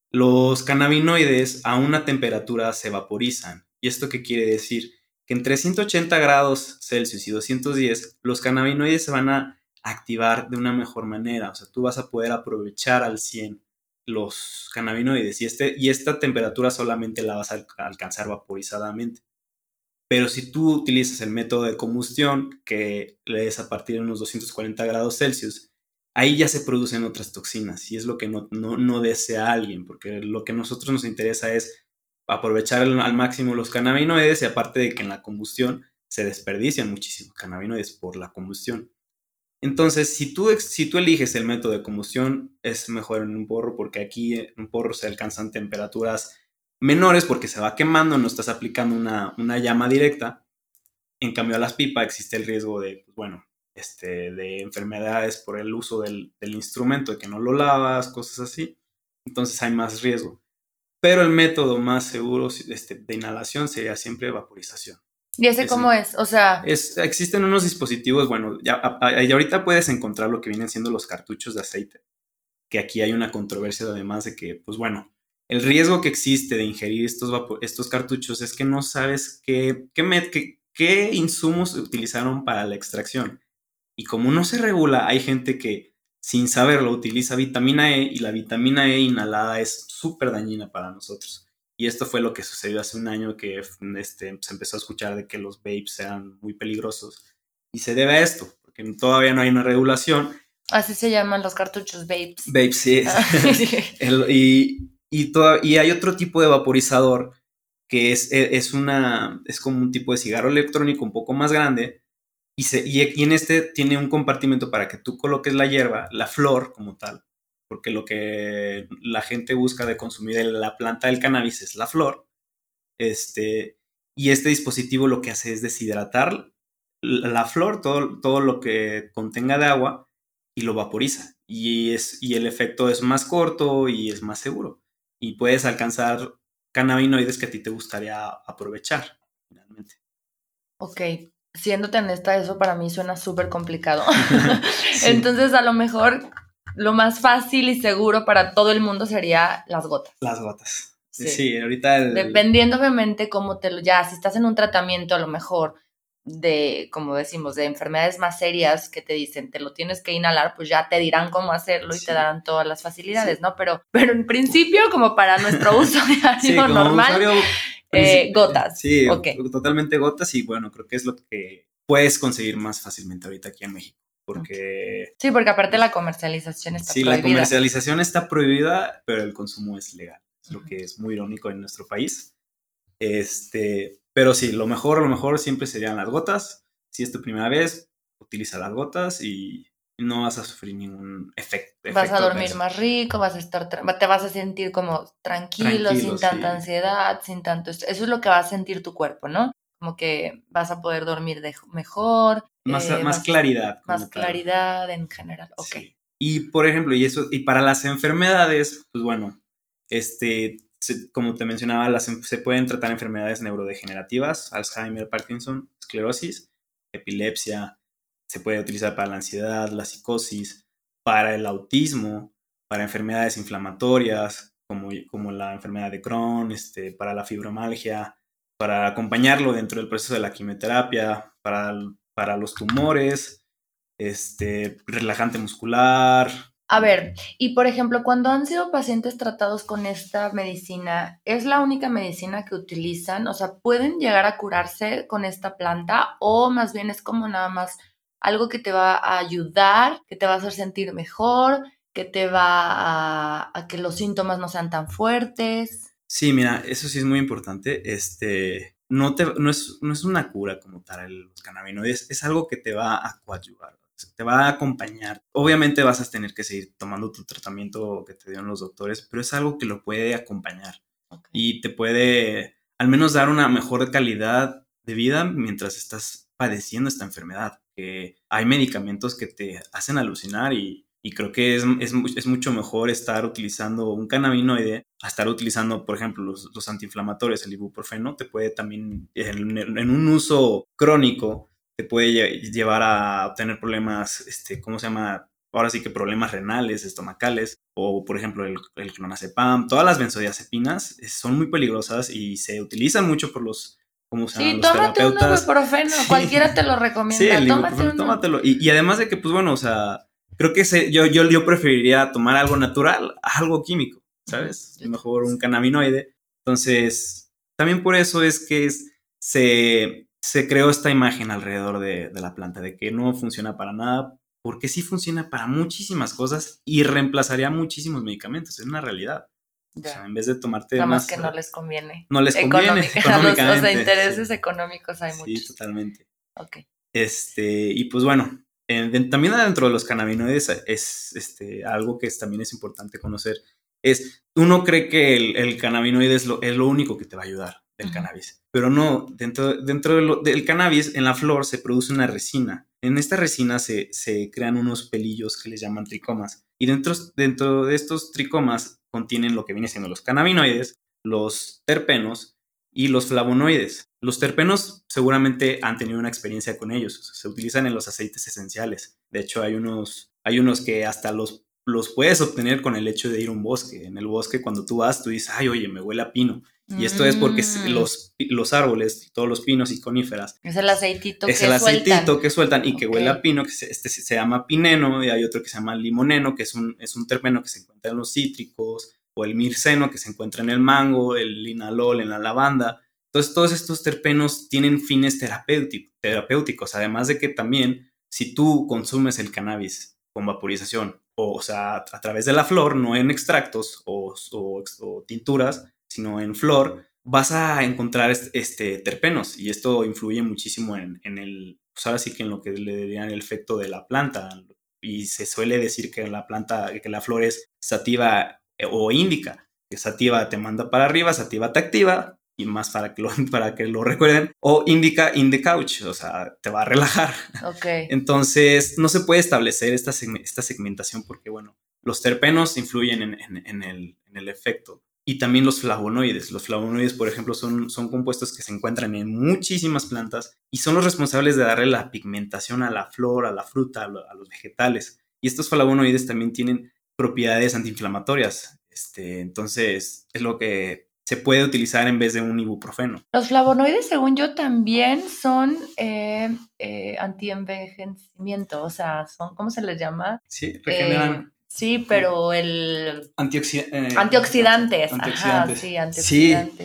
B: Los cannabinoides a una temperatura se vaporizan. ¿Y esto qué quiere decir? Que entre ciento ochenta grados Celsius y doscientos diez, los cannabinoides se van a activar de una mejor manera. O sea, tú vas a poder aprovechar al cien los cannabinoides y, este, y esta temperatura solamente la vas a alcanzar vaporizadamente. Pero si tú utilizas el método de combustión, que es a partir de unos doscientos cuarenta grados Celsius, ahí ya se producen otras toxinas y es lo que no, no, no desea alguien, porque lo que a nosotros nos interesa es aprovechar al, al máximo los cannabinoides y aparte de que en la combustión se desperdician muchísimos cannabinoides por la combustión. Entonces, si tú, si tú eliges el método de combustión, es mejor en un porro porque aquí en un porro se alcanzan temperaturas menores porque se va quemando, no estás aplicando una, una llama directa. En cambio, a las pipas existe el riesgo de, pues, bueno, este, de enfermedades por el uso del, del instrumento, de que no lo lavas, cosas así. Entonces hay más riesgo. Pero el método más seguro este, de inhalación sería siempre vaporización.
A: ¿Y ese es cómo es? O sea...
B: Es, existen unos dispositivos, bueno, ya, a, a, y ahorita puedes encontrar lo que vienen siendo los cartuchos de aceite, que aquí hay una controversia además de que, pues bueno, el riesgo que existe de ingerir estos, vapor, estos cartuchos es que no sabes qué, qué, med, qué, qué insumos utilizaron para la extracción. Y como no se regula, hay gente que sin saberlo utiliza vitamina E y la vitamina E inhalada es súper dañina para nosotros. Y esto fue lo que sucedió hace un año que este, se empezó a escuchar de que los vapes eran muy peligrosos. Y se debe a esto, porque todavía no hay una regulación.
A: Así se llaman los cartuchos, vapes.
B: Vapes, sí. El, y, y, toda, y hay otro tipo de vaporizador que es, es, una, es como un tipo de cigarro electrónico un poco más grande. Y, se, y, y en este tiene un compartimento para que tú coloques la hierba, la flor como tal. Porque lo que la gente busca de consumir en la planta del cannabis es la flor. Este, y este dispositivo lo que hace es deshidratar la flor, todo, todo lo que contenga de agua, y lo vaporiza. Y, es, y el efecto es más corto y es más seguro. Y puedes alcanzar cannabinoides que a ti te gustaría aprovechar, finalmente.
A: Ok. Siéndote honesta, eso para mí suena súper complicado. Sí. Entonces, a lo mejor... lo más fácil y seguro para todo el mundo sería las gotas.
B: Las gotas. Sí, sí ahorita... El...
A: Dependiendo obviamente cómo te lo... Ya, si estás en un tratamiento a lo mejor de, como decimos, de enfermedades más serias que te dicen, te lo tienes que inhalar, pues ya te dirán cómo hacerlo y sí. te darán todas las facilidades, sí. ¿no? Pero, pero en principio, como para nuestro uso diario sí, normal, usuario, eh, gotas.
B: Sí, okay. Totalmente gotas y bueno, creo que es lo que puedes conseguir más fácilmente ahorita aquí en México. Porque...
A: Sí, porque aparte la comercialización está
B: sí,
A: prohibida.
B: Sí, la comercialización está prohibida, pero el consumo es legal. Es lo que es muy irónico en nuestro país. Este, pero sí, lo mejor, lo mejor siempre serían las gotas. Si es tu primera vez, utiliza las gotas y no vas a sufrir ningún efecto.
A: Vas
B: efecto
A: a dormir
B: adverso.
A: más rico, vas a estar, tra- te vas a sentir como tranquilo,
B: Tranquilo,
A: sin tanta
B: sí.
A: ansiedad, sin tanto estrés. Eso es lo que va a sentir tu cuerpo, ¿no? Como que vas a poder dormir de- mejor.
B: Más,
A: eh,
B: más
A: vas-
B: claridad. como
A: Más
B: tal.
A: claridad en general. Ok.
B: Sí. Y por ejemplo, y eso, y para las enfermedades, pues bueno, este, se- como te mencionaba, las, en- se pueden tratar enfermedades neurodegenerativas, Alzheimer, Parkinson, esclerosis, epilepsia, se puede utilizar para la ansiedad, la psicosis, para el autismo, para enfermedades inflamatorias, como, como la enfermedad de Crohn, este, para la fibromialgia, para acompañarlo dentro del proceso de la quimioterapia, para, para los tumores, este, relajante muscular.
A: A ver, y por ejemplo, cuando han sido pacientes tratados con esta medicina, ¿es la única medicina que utilizan? O sea, ¿pueden llegar a curarse con esta planta o más bien es como nada más algo que te va a ayudar, que te va a hacer sentir mejor, que te va a, a que los síntomas no sean tan fuertes?
B: Sí, mira, eso sí es muy importante. Este, no, te, no, es, no es una cura como tal el- los cannabinoides, es algo que te va a coadyuvar, te va a acompañar. Obviamente vas a tener que seguir tomando tu tratamiento que te dieron los doctores, pero es algo que lo puede acompañar
A: Okay.
B: y te puede al menos dar una mejor calidad de vida mientras estás padeciendo esta enfermedad. Que hay medicamentos que te hacen alucinar y, y creo que es, es, es mucho mejor estar utilizando un cannabinoide a estar utilizando, por ejemplo, los, los antiinflamatorios, el ibuprofeno, te puede también, en, en un uso crónico, te puede llevar a obtener problemas, este, ¿cómo se llama? Ahora sí que problemas renales, estomacales, o por ejemplo el, el clonazepam, todas las benzodiazepinas son muy peligrosas y se utilizan mucho por los, ¿cómo se llaman?
A: Sí,
B: Los
A: tómate un
B: terapeutas.
A: ibuprofeno,
B: Sí.
A: cualquiera te lo
B: Sí,
A: recomienda,
B: el
A: tómate
B: ibuprofeno,
A: uno.
B: tómatelo. Y, y además de que, pues bueno, o sea, creo que se, yo, yo, yo preferiría tomar algo natural a algo químico, ¿sabes?
A: Uh-huh.
B: Mejor un cannabinoide. Entonces, también por eso es que es, se, se creó esta imagen alrededor de, de la planta, de que no funciona para nada, porque sí funciona para muchísimas cosas y reemplazaría muchísimos medicamentos, es una realidad.
A: Ya.
B: O sea, en vez de tomarte
A: Nada más
B: unas,
A: que no les conviene.
B: no les conviene
A: Económica,
B: económicamente.
A: los, o sea, intereses
B: sí.
A: económicos hay
B: sí,
A: muchos.
B: Sí, totalmente.
A: Ok.
B: Este, y pues bueno, eh, de, también dentro de los cannabinoides es este, algo que es, también es importante conocer. Es, uno cree que el, el cannabinoide es lo, es lo único que te va a ayudar del uh-huh. cannabis, pero no, dentro, dentro de lo, del cannabis, en la flor se produce una resina. En esta resina se, se crean unos pelillos que les llaman tricomas. Y dentro, dentro de estos tricomas contienen lo que viene siendo los cannabinoides, los terpenos y los flavonoides. Los terpenos seguramente han tenido una experiencia con ellos. O sea, se utilizan en los aceites esenciales. De hecho, hay unos, hay unos que hasta los, los puedes obtener con el hecho de ir a un bosque. En el bosque, cuando tú vas, tú dices, ay, oye, me huele a pino. Y esto mm. es porque los, los árboles, todos los pinos y coníferas.
A: Es el aceitito
B: es
A: que
B: el
A: sueltan.
B: aceitito que sueltan y okay. que huele a pino, que se, este se llama pineno, y hay otro que se llama limoneno, que es un, es un terpeno que se encuentra en los cítricos, o el mirceno, que se encuentra en el mango, el linalol en la lavanda. Entonces, todos estos terpenos tienen fines terapéuticos, terapéuticos, además de que también, si tú consumes el cannabis con vaporización, o, o sea, a través de la flor, no en extractos o, o, o tinturas, sino en flor, vas a encontrar este, este terpenos, y esto influye muchísimo en, en el, pues ahora sí que en lo que le dirían el efecto de la planta, y se suele decir que la planta, que la flor es sativa o índica, que sativa te manda para arriba, sativa te activa, y más para que lo, para que lo recuerden, o indica in the couch, o sea, te va a relajar.
A: Okay.
B: Entonces, no se puede establecer esta, esta segmentación porque, bueno, los terpenos influyen en, en, en, el, en el efecto. Y también los flavonoides. Los flavonoides, por ejemplo, son, son compuestos que se encuentran en muchísimas plantas y son los responsables de darle la pigmentación a la flor, a la fruta, a, lo, a los vegetales. Y estos flavonoides también tienen propiedades antiinflamatorias. Este, entonces, es lo que se puede utilizar en vez de un ibuprofeno.
A: Los flavonoides, según yo, también son eh, eh, anti-envejecimiento, o sea, son, ¿cómo se les llama?
B: Sí, regeneran.
A: Eh, sí, pero el...
B: Antioxi- eh,
A: antioxidantes.
B: antioxidantes.
A: Ajá, sí, antioxidantes.
B: Sí.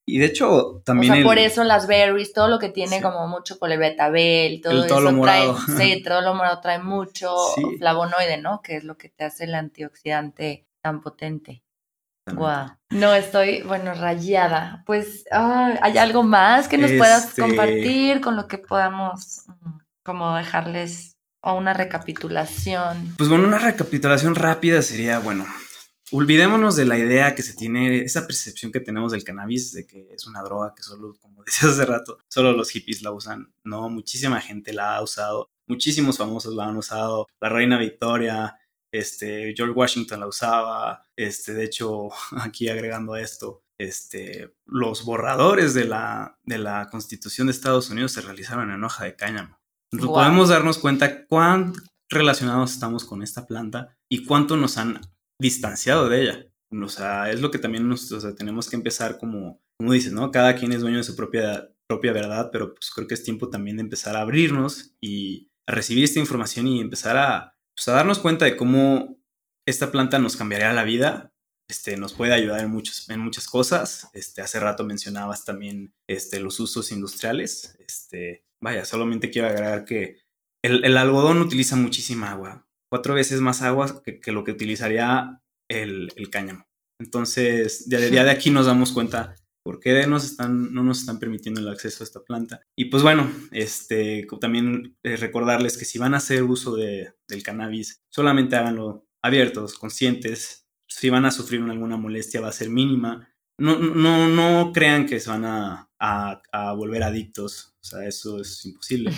B: Y de hecho, también.
A: O sea,
B: el,
A: por eso las berries, todo lo que tiene
B: sí.
A: como mucho con el betabel, todo
B: el, todo
A: eso
B: lo morado.
A: trae, sí, todo lo morado trae mucho
B: sí.
A: flavonoide, ¿no? Que es lo que te hace el antioxidante tan potente. Guau. Wow. No, estoy, bueno, rayada. Pues, ah, ¿hay algo más que nos este... puedas compartir con lo que podamos como dejarles o una recapitulación?
B: Pues bueno, una recapitulación rápida sería, bueno, olvidémonos de la idea que se tiene, esa percepción que tenemos del cannabis, de que es una droga que solo, como decías hace rato, solo los hippies la usan. No, muchísima gente la ha usado, muchísimos famosos la han usado, la reina Victoria, este, George Washington la usaba, este, de hecho, aquí agregando a esto, este, los borradores de la, de la Constitución de Estados Unidos se realizaron en hoja de cáñamo. Entonces, wow. Podemos darnos cuenta cuán relacionados estamos con esta planta y cuánto nos han distanciado de ella. O sea, es lo que también nos, o sea, tenemos que empezar como, como dices, ¿no? Cada quien es dueño de su propia, propia verdad, pero pues creo que es tiempo también de empezar a abrirnos y a recibir esta información y empezar a, pues, a darnos cuenta de cómo esta planta nos cambiaría la vida. Este, nos puede ayudar en, muchos, en muchas cosas. Este, hace rato mencionabas también este, los usos industriales. Este, vaya, solamente quiero agregar que el, el algodón utiliza muchísima agua. Cuatro veces más agua que, que lo que utilizaría el, el cáñamo. Entonces, ya de, ya de aquí nos damos cuenta por qué nos están, no nos están permitiendo el acceso a esta planta. Y pues bueno, este, también eh, recordarles que si van a hacer uso de, del cannabis, solamente háganlo abiertos, conscientes. Si van a sufrir alguna molestia va a ser mínima. No, no, no crean que se van a, a, a volver adictos. O sea, eso es imposible.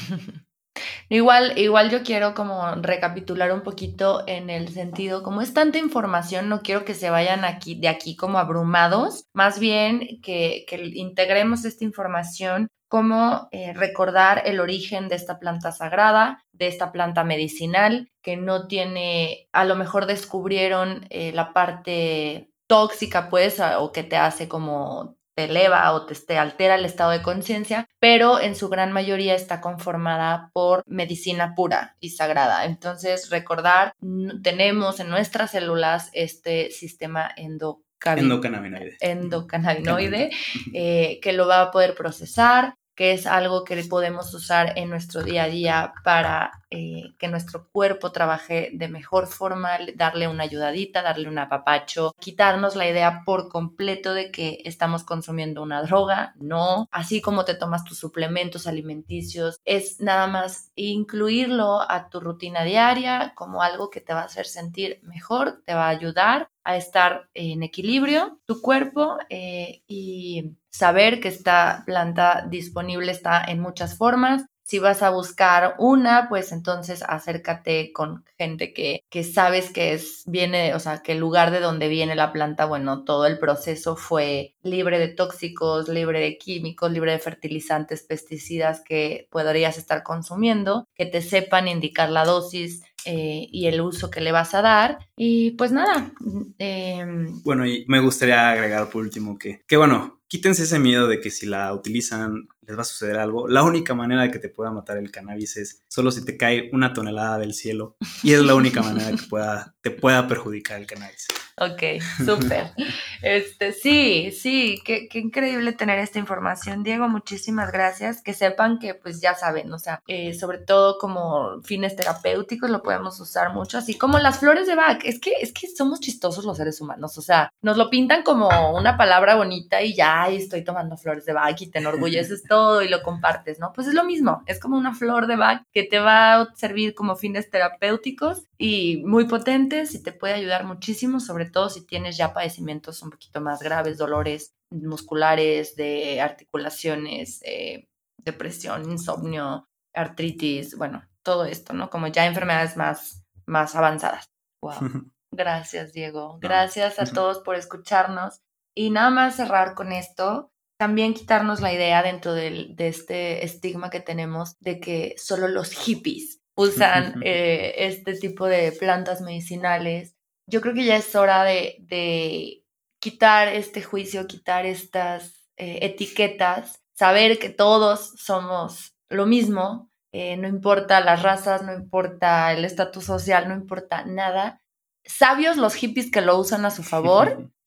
A: Igual, igual yo quiero como recapitular un poquito en el sentido, como es tanta información, no quiero que se vayan aquí, de aquí como abrumados, más bien que, que integremos esta información como eh, recordar el origen de esta planta sagrada, de esta planta medicinal, que no tiene, a lo mejor descubrieron eh, la parte tóxica, pues, o que te hace como te eleva o te, te altera el estado de conciencia, pero en su gran mayoría está conformada por medicina pura y sagrada. Entonces, recordar, tenemos en nuestras células este sistema endocannabinoide,
B: endocannabinoide,
A: endocannabinoide eh, que lo va a poder procesar, que es algo que podemos usar en nuestro día a día para eh, que nuestro cuerpo trabaje de mejor forma, darle una ayudadita, darle un apapacho, quitarnos la idea por completo de que estamos consumiendo una droga, no, así como te tomas tus suplementos alimenticios, es nada más incluirlo a tu rutina diaria como algo que te va a hacer sentir mejor, te va a ayudar a estar en equilibrio tu cuerpo eh, y saber que esta planta disponible está en muchas formas. Si vas a buscar una, pues entonces acércate con gente que, que sabes que es, viene, o sea, que el lugar de donde viene la planta, bueno, todo el proceso fue libre de tóxicos, libre de químicos, libre de fertilizantes, pesticidas que podrías estar consumiendo, que te sepan indicar la dosis eh, y el uso que le vas a dar. Y pues nada. Eh,
B: bueno, y me gustaría agregar por último que, que bueno, quítense ese miedo de que si la utilizan les va a suceder algo. La única manera de que te pueda matar el cannabis es solo si te cae una tonelada del cielo. Y es la única manera que pueda, te pueda perjudicar el cannabis.
A: Ok, súper. Este, sí, sí, qué, qué increíble tener esta información, Diego, muchísimas gracias. Que sepan que, pues ya saben, o sea, eh, sobre todo como fines terapéuticos lo podemos usar mucho, así como las flores de Bach. Es que, es que somos chistosos los seres humanos, o sea, nos lo pintan como una palabra bonita y ya, y estoy tomando flores de Bach y te enorgulleces todo y lo compartes, ¿no? Pues es lo mismo, es como una flor de Bach que te va a servir como fines terapéuticos y muy potentes y te puede ayudar muchísimo, sobre todo si tienes ya padecimientos un poquito más graves, dolores musculares, de articulaciones, eh, depresión, insomnio, artritis, bueno, todo esto, ¿no? Como ya enfermedades más, más avanzadas. Wow. Gracias, Diego. Gracias a todos por escucharnos. Y nada más cerrar con esto, también quitarnos la idea dentro de, de este estigma que tenemos de que solo los hippies usan eh, este tipo de plantas medicinales. Yo creo que ya es hora de, de quitar este juicio, quitar estas eh, etiquetas, saber que todos somos lo mismo, eh, no importa las razas, no importa el estatus social, no importa nada. Sabios los hippies que lo usan a su favor,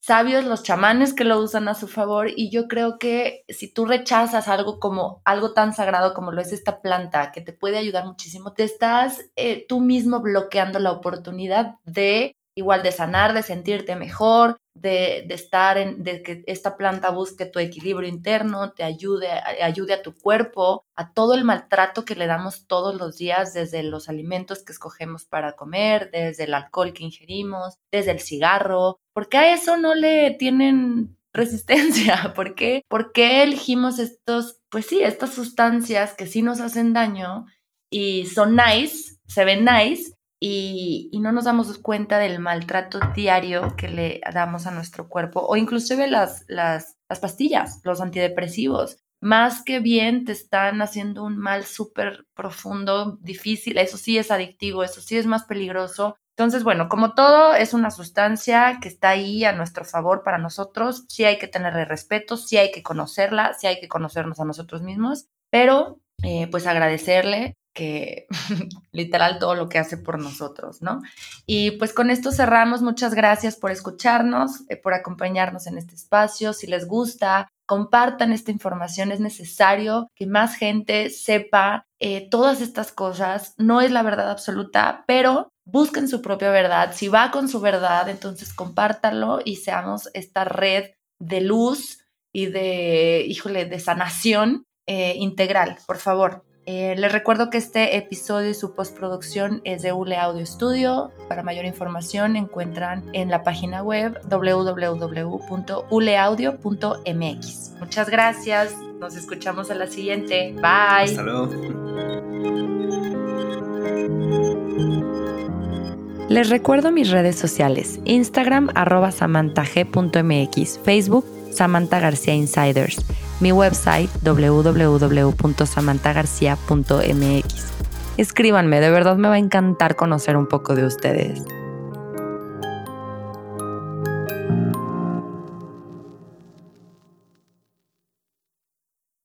A: sabios los chamanes que lo usan a su favor, y yo creo que si tú rechazas algo como algo tan sagrado como lo es esta planta, que te puede ayudar muchísimo, te estás eh, tú mismo bloqueando la oportunidad de igual de sanar, de sentirte mejor, de, de estar en, de que esta planta busque tu equilibrio interno, te ayude, ayude a tu cuerpo, a todo el maltrato que le damos todos los días, desde los alimentos que escogemos para comer, desde el alcohol que ingerimos, desde el cigarro. ¿Por qué a eso no le tienen resistencia? ¿Por qué? ¿Por qué elegimos estos, pues sí, estas sustancias que sí nos hacen daño y son nice, se ven nice, Y, y no nos damos cuenta del maltrato diario que le damos a nuestro cuerpo, o inclusive las, las, las pastillas, los antidepresivos? Más que bien te están haciendo un mal súper profundo, difícil, eso sí es adictivo, eso sí es más peligroso. Entonces, bueno, como todo es una sustancia que está ahí a nuestro favor para nosotros, sí hay que tenerle respeto, sí hay que conocerla, sí hay que conocernos a nosotros mismos, pero eh, pues agradecerle que literal todo lo que hace por nosotros, ¿no? Y pues con esto cerramos. Muchas gracias por escucharnos, eh, por acompañarnos en este espacio. Si les gusta, compartan esta información. Es necesario que más gente sepa eh, todas estas cosas. No es la verdad absoluta, pero busquen su propia verdad. Si va con su verdad, entonces compártanlo y seamos esta red de luz y de, híjole, de sanación eh, integral, por favor. Eh, les recuerdo que este episodio y su postproducción es de Ule Audio Studio. Para mayor información encuentran en la página web doble u doble u doble u punto ule audio punto m x. Muchas gracias, nos escuchamos en la siguiente. Bye.
B: Hasta luego.
A: Les recuerdo mis redes sociales: Instagram arroba samantag punto m x, Facebook Samantha García Insiders, mi website doble u doble u doble u punto samantha garcía punto m x. Escríbanme, de verdad me va a encantar conocer un poco de ustedes.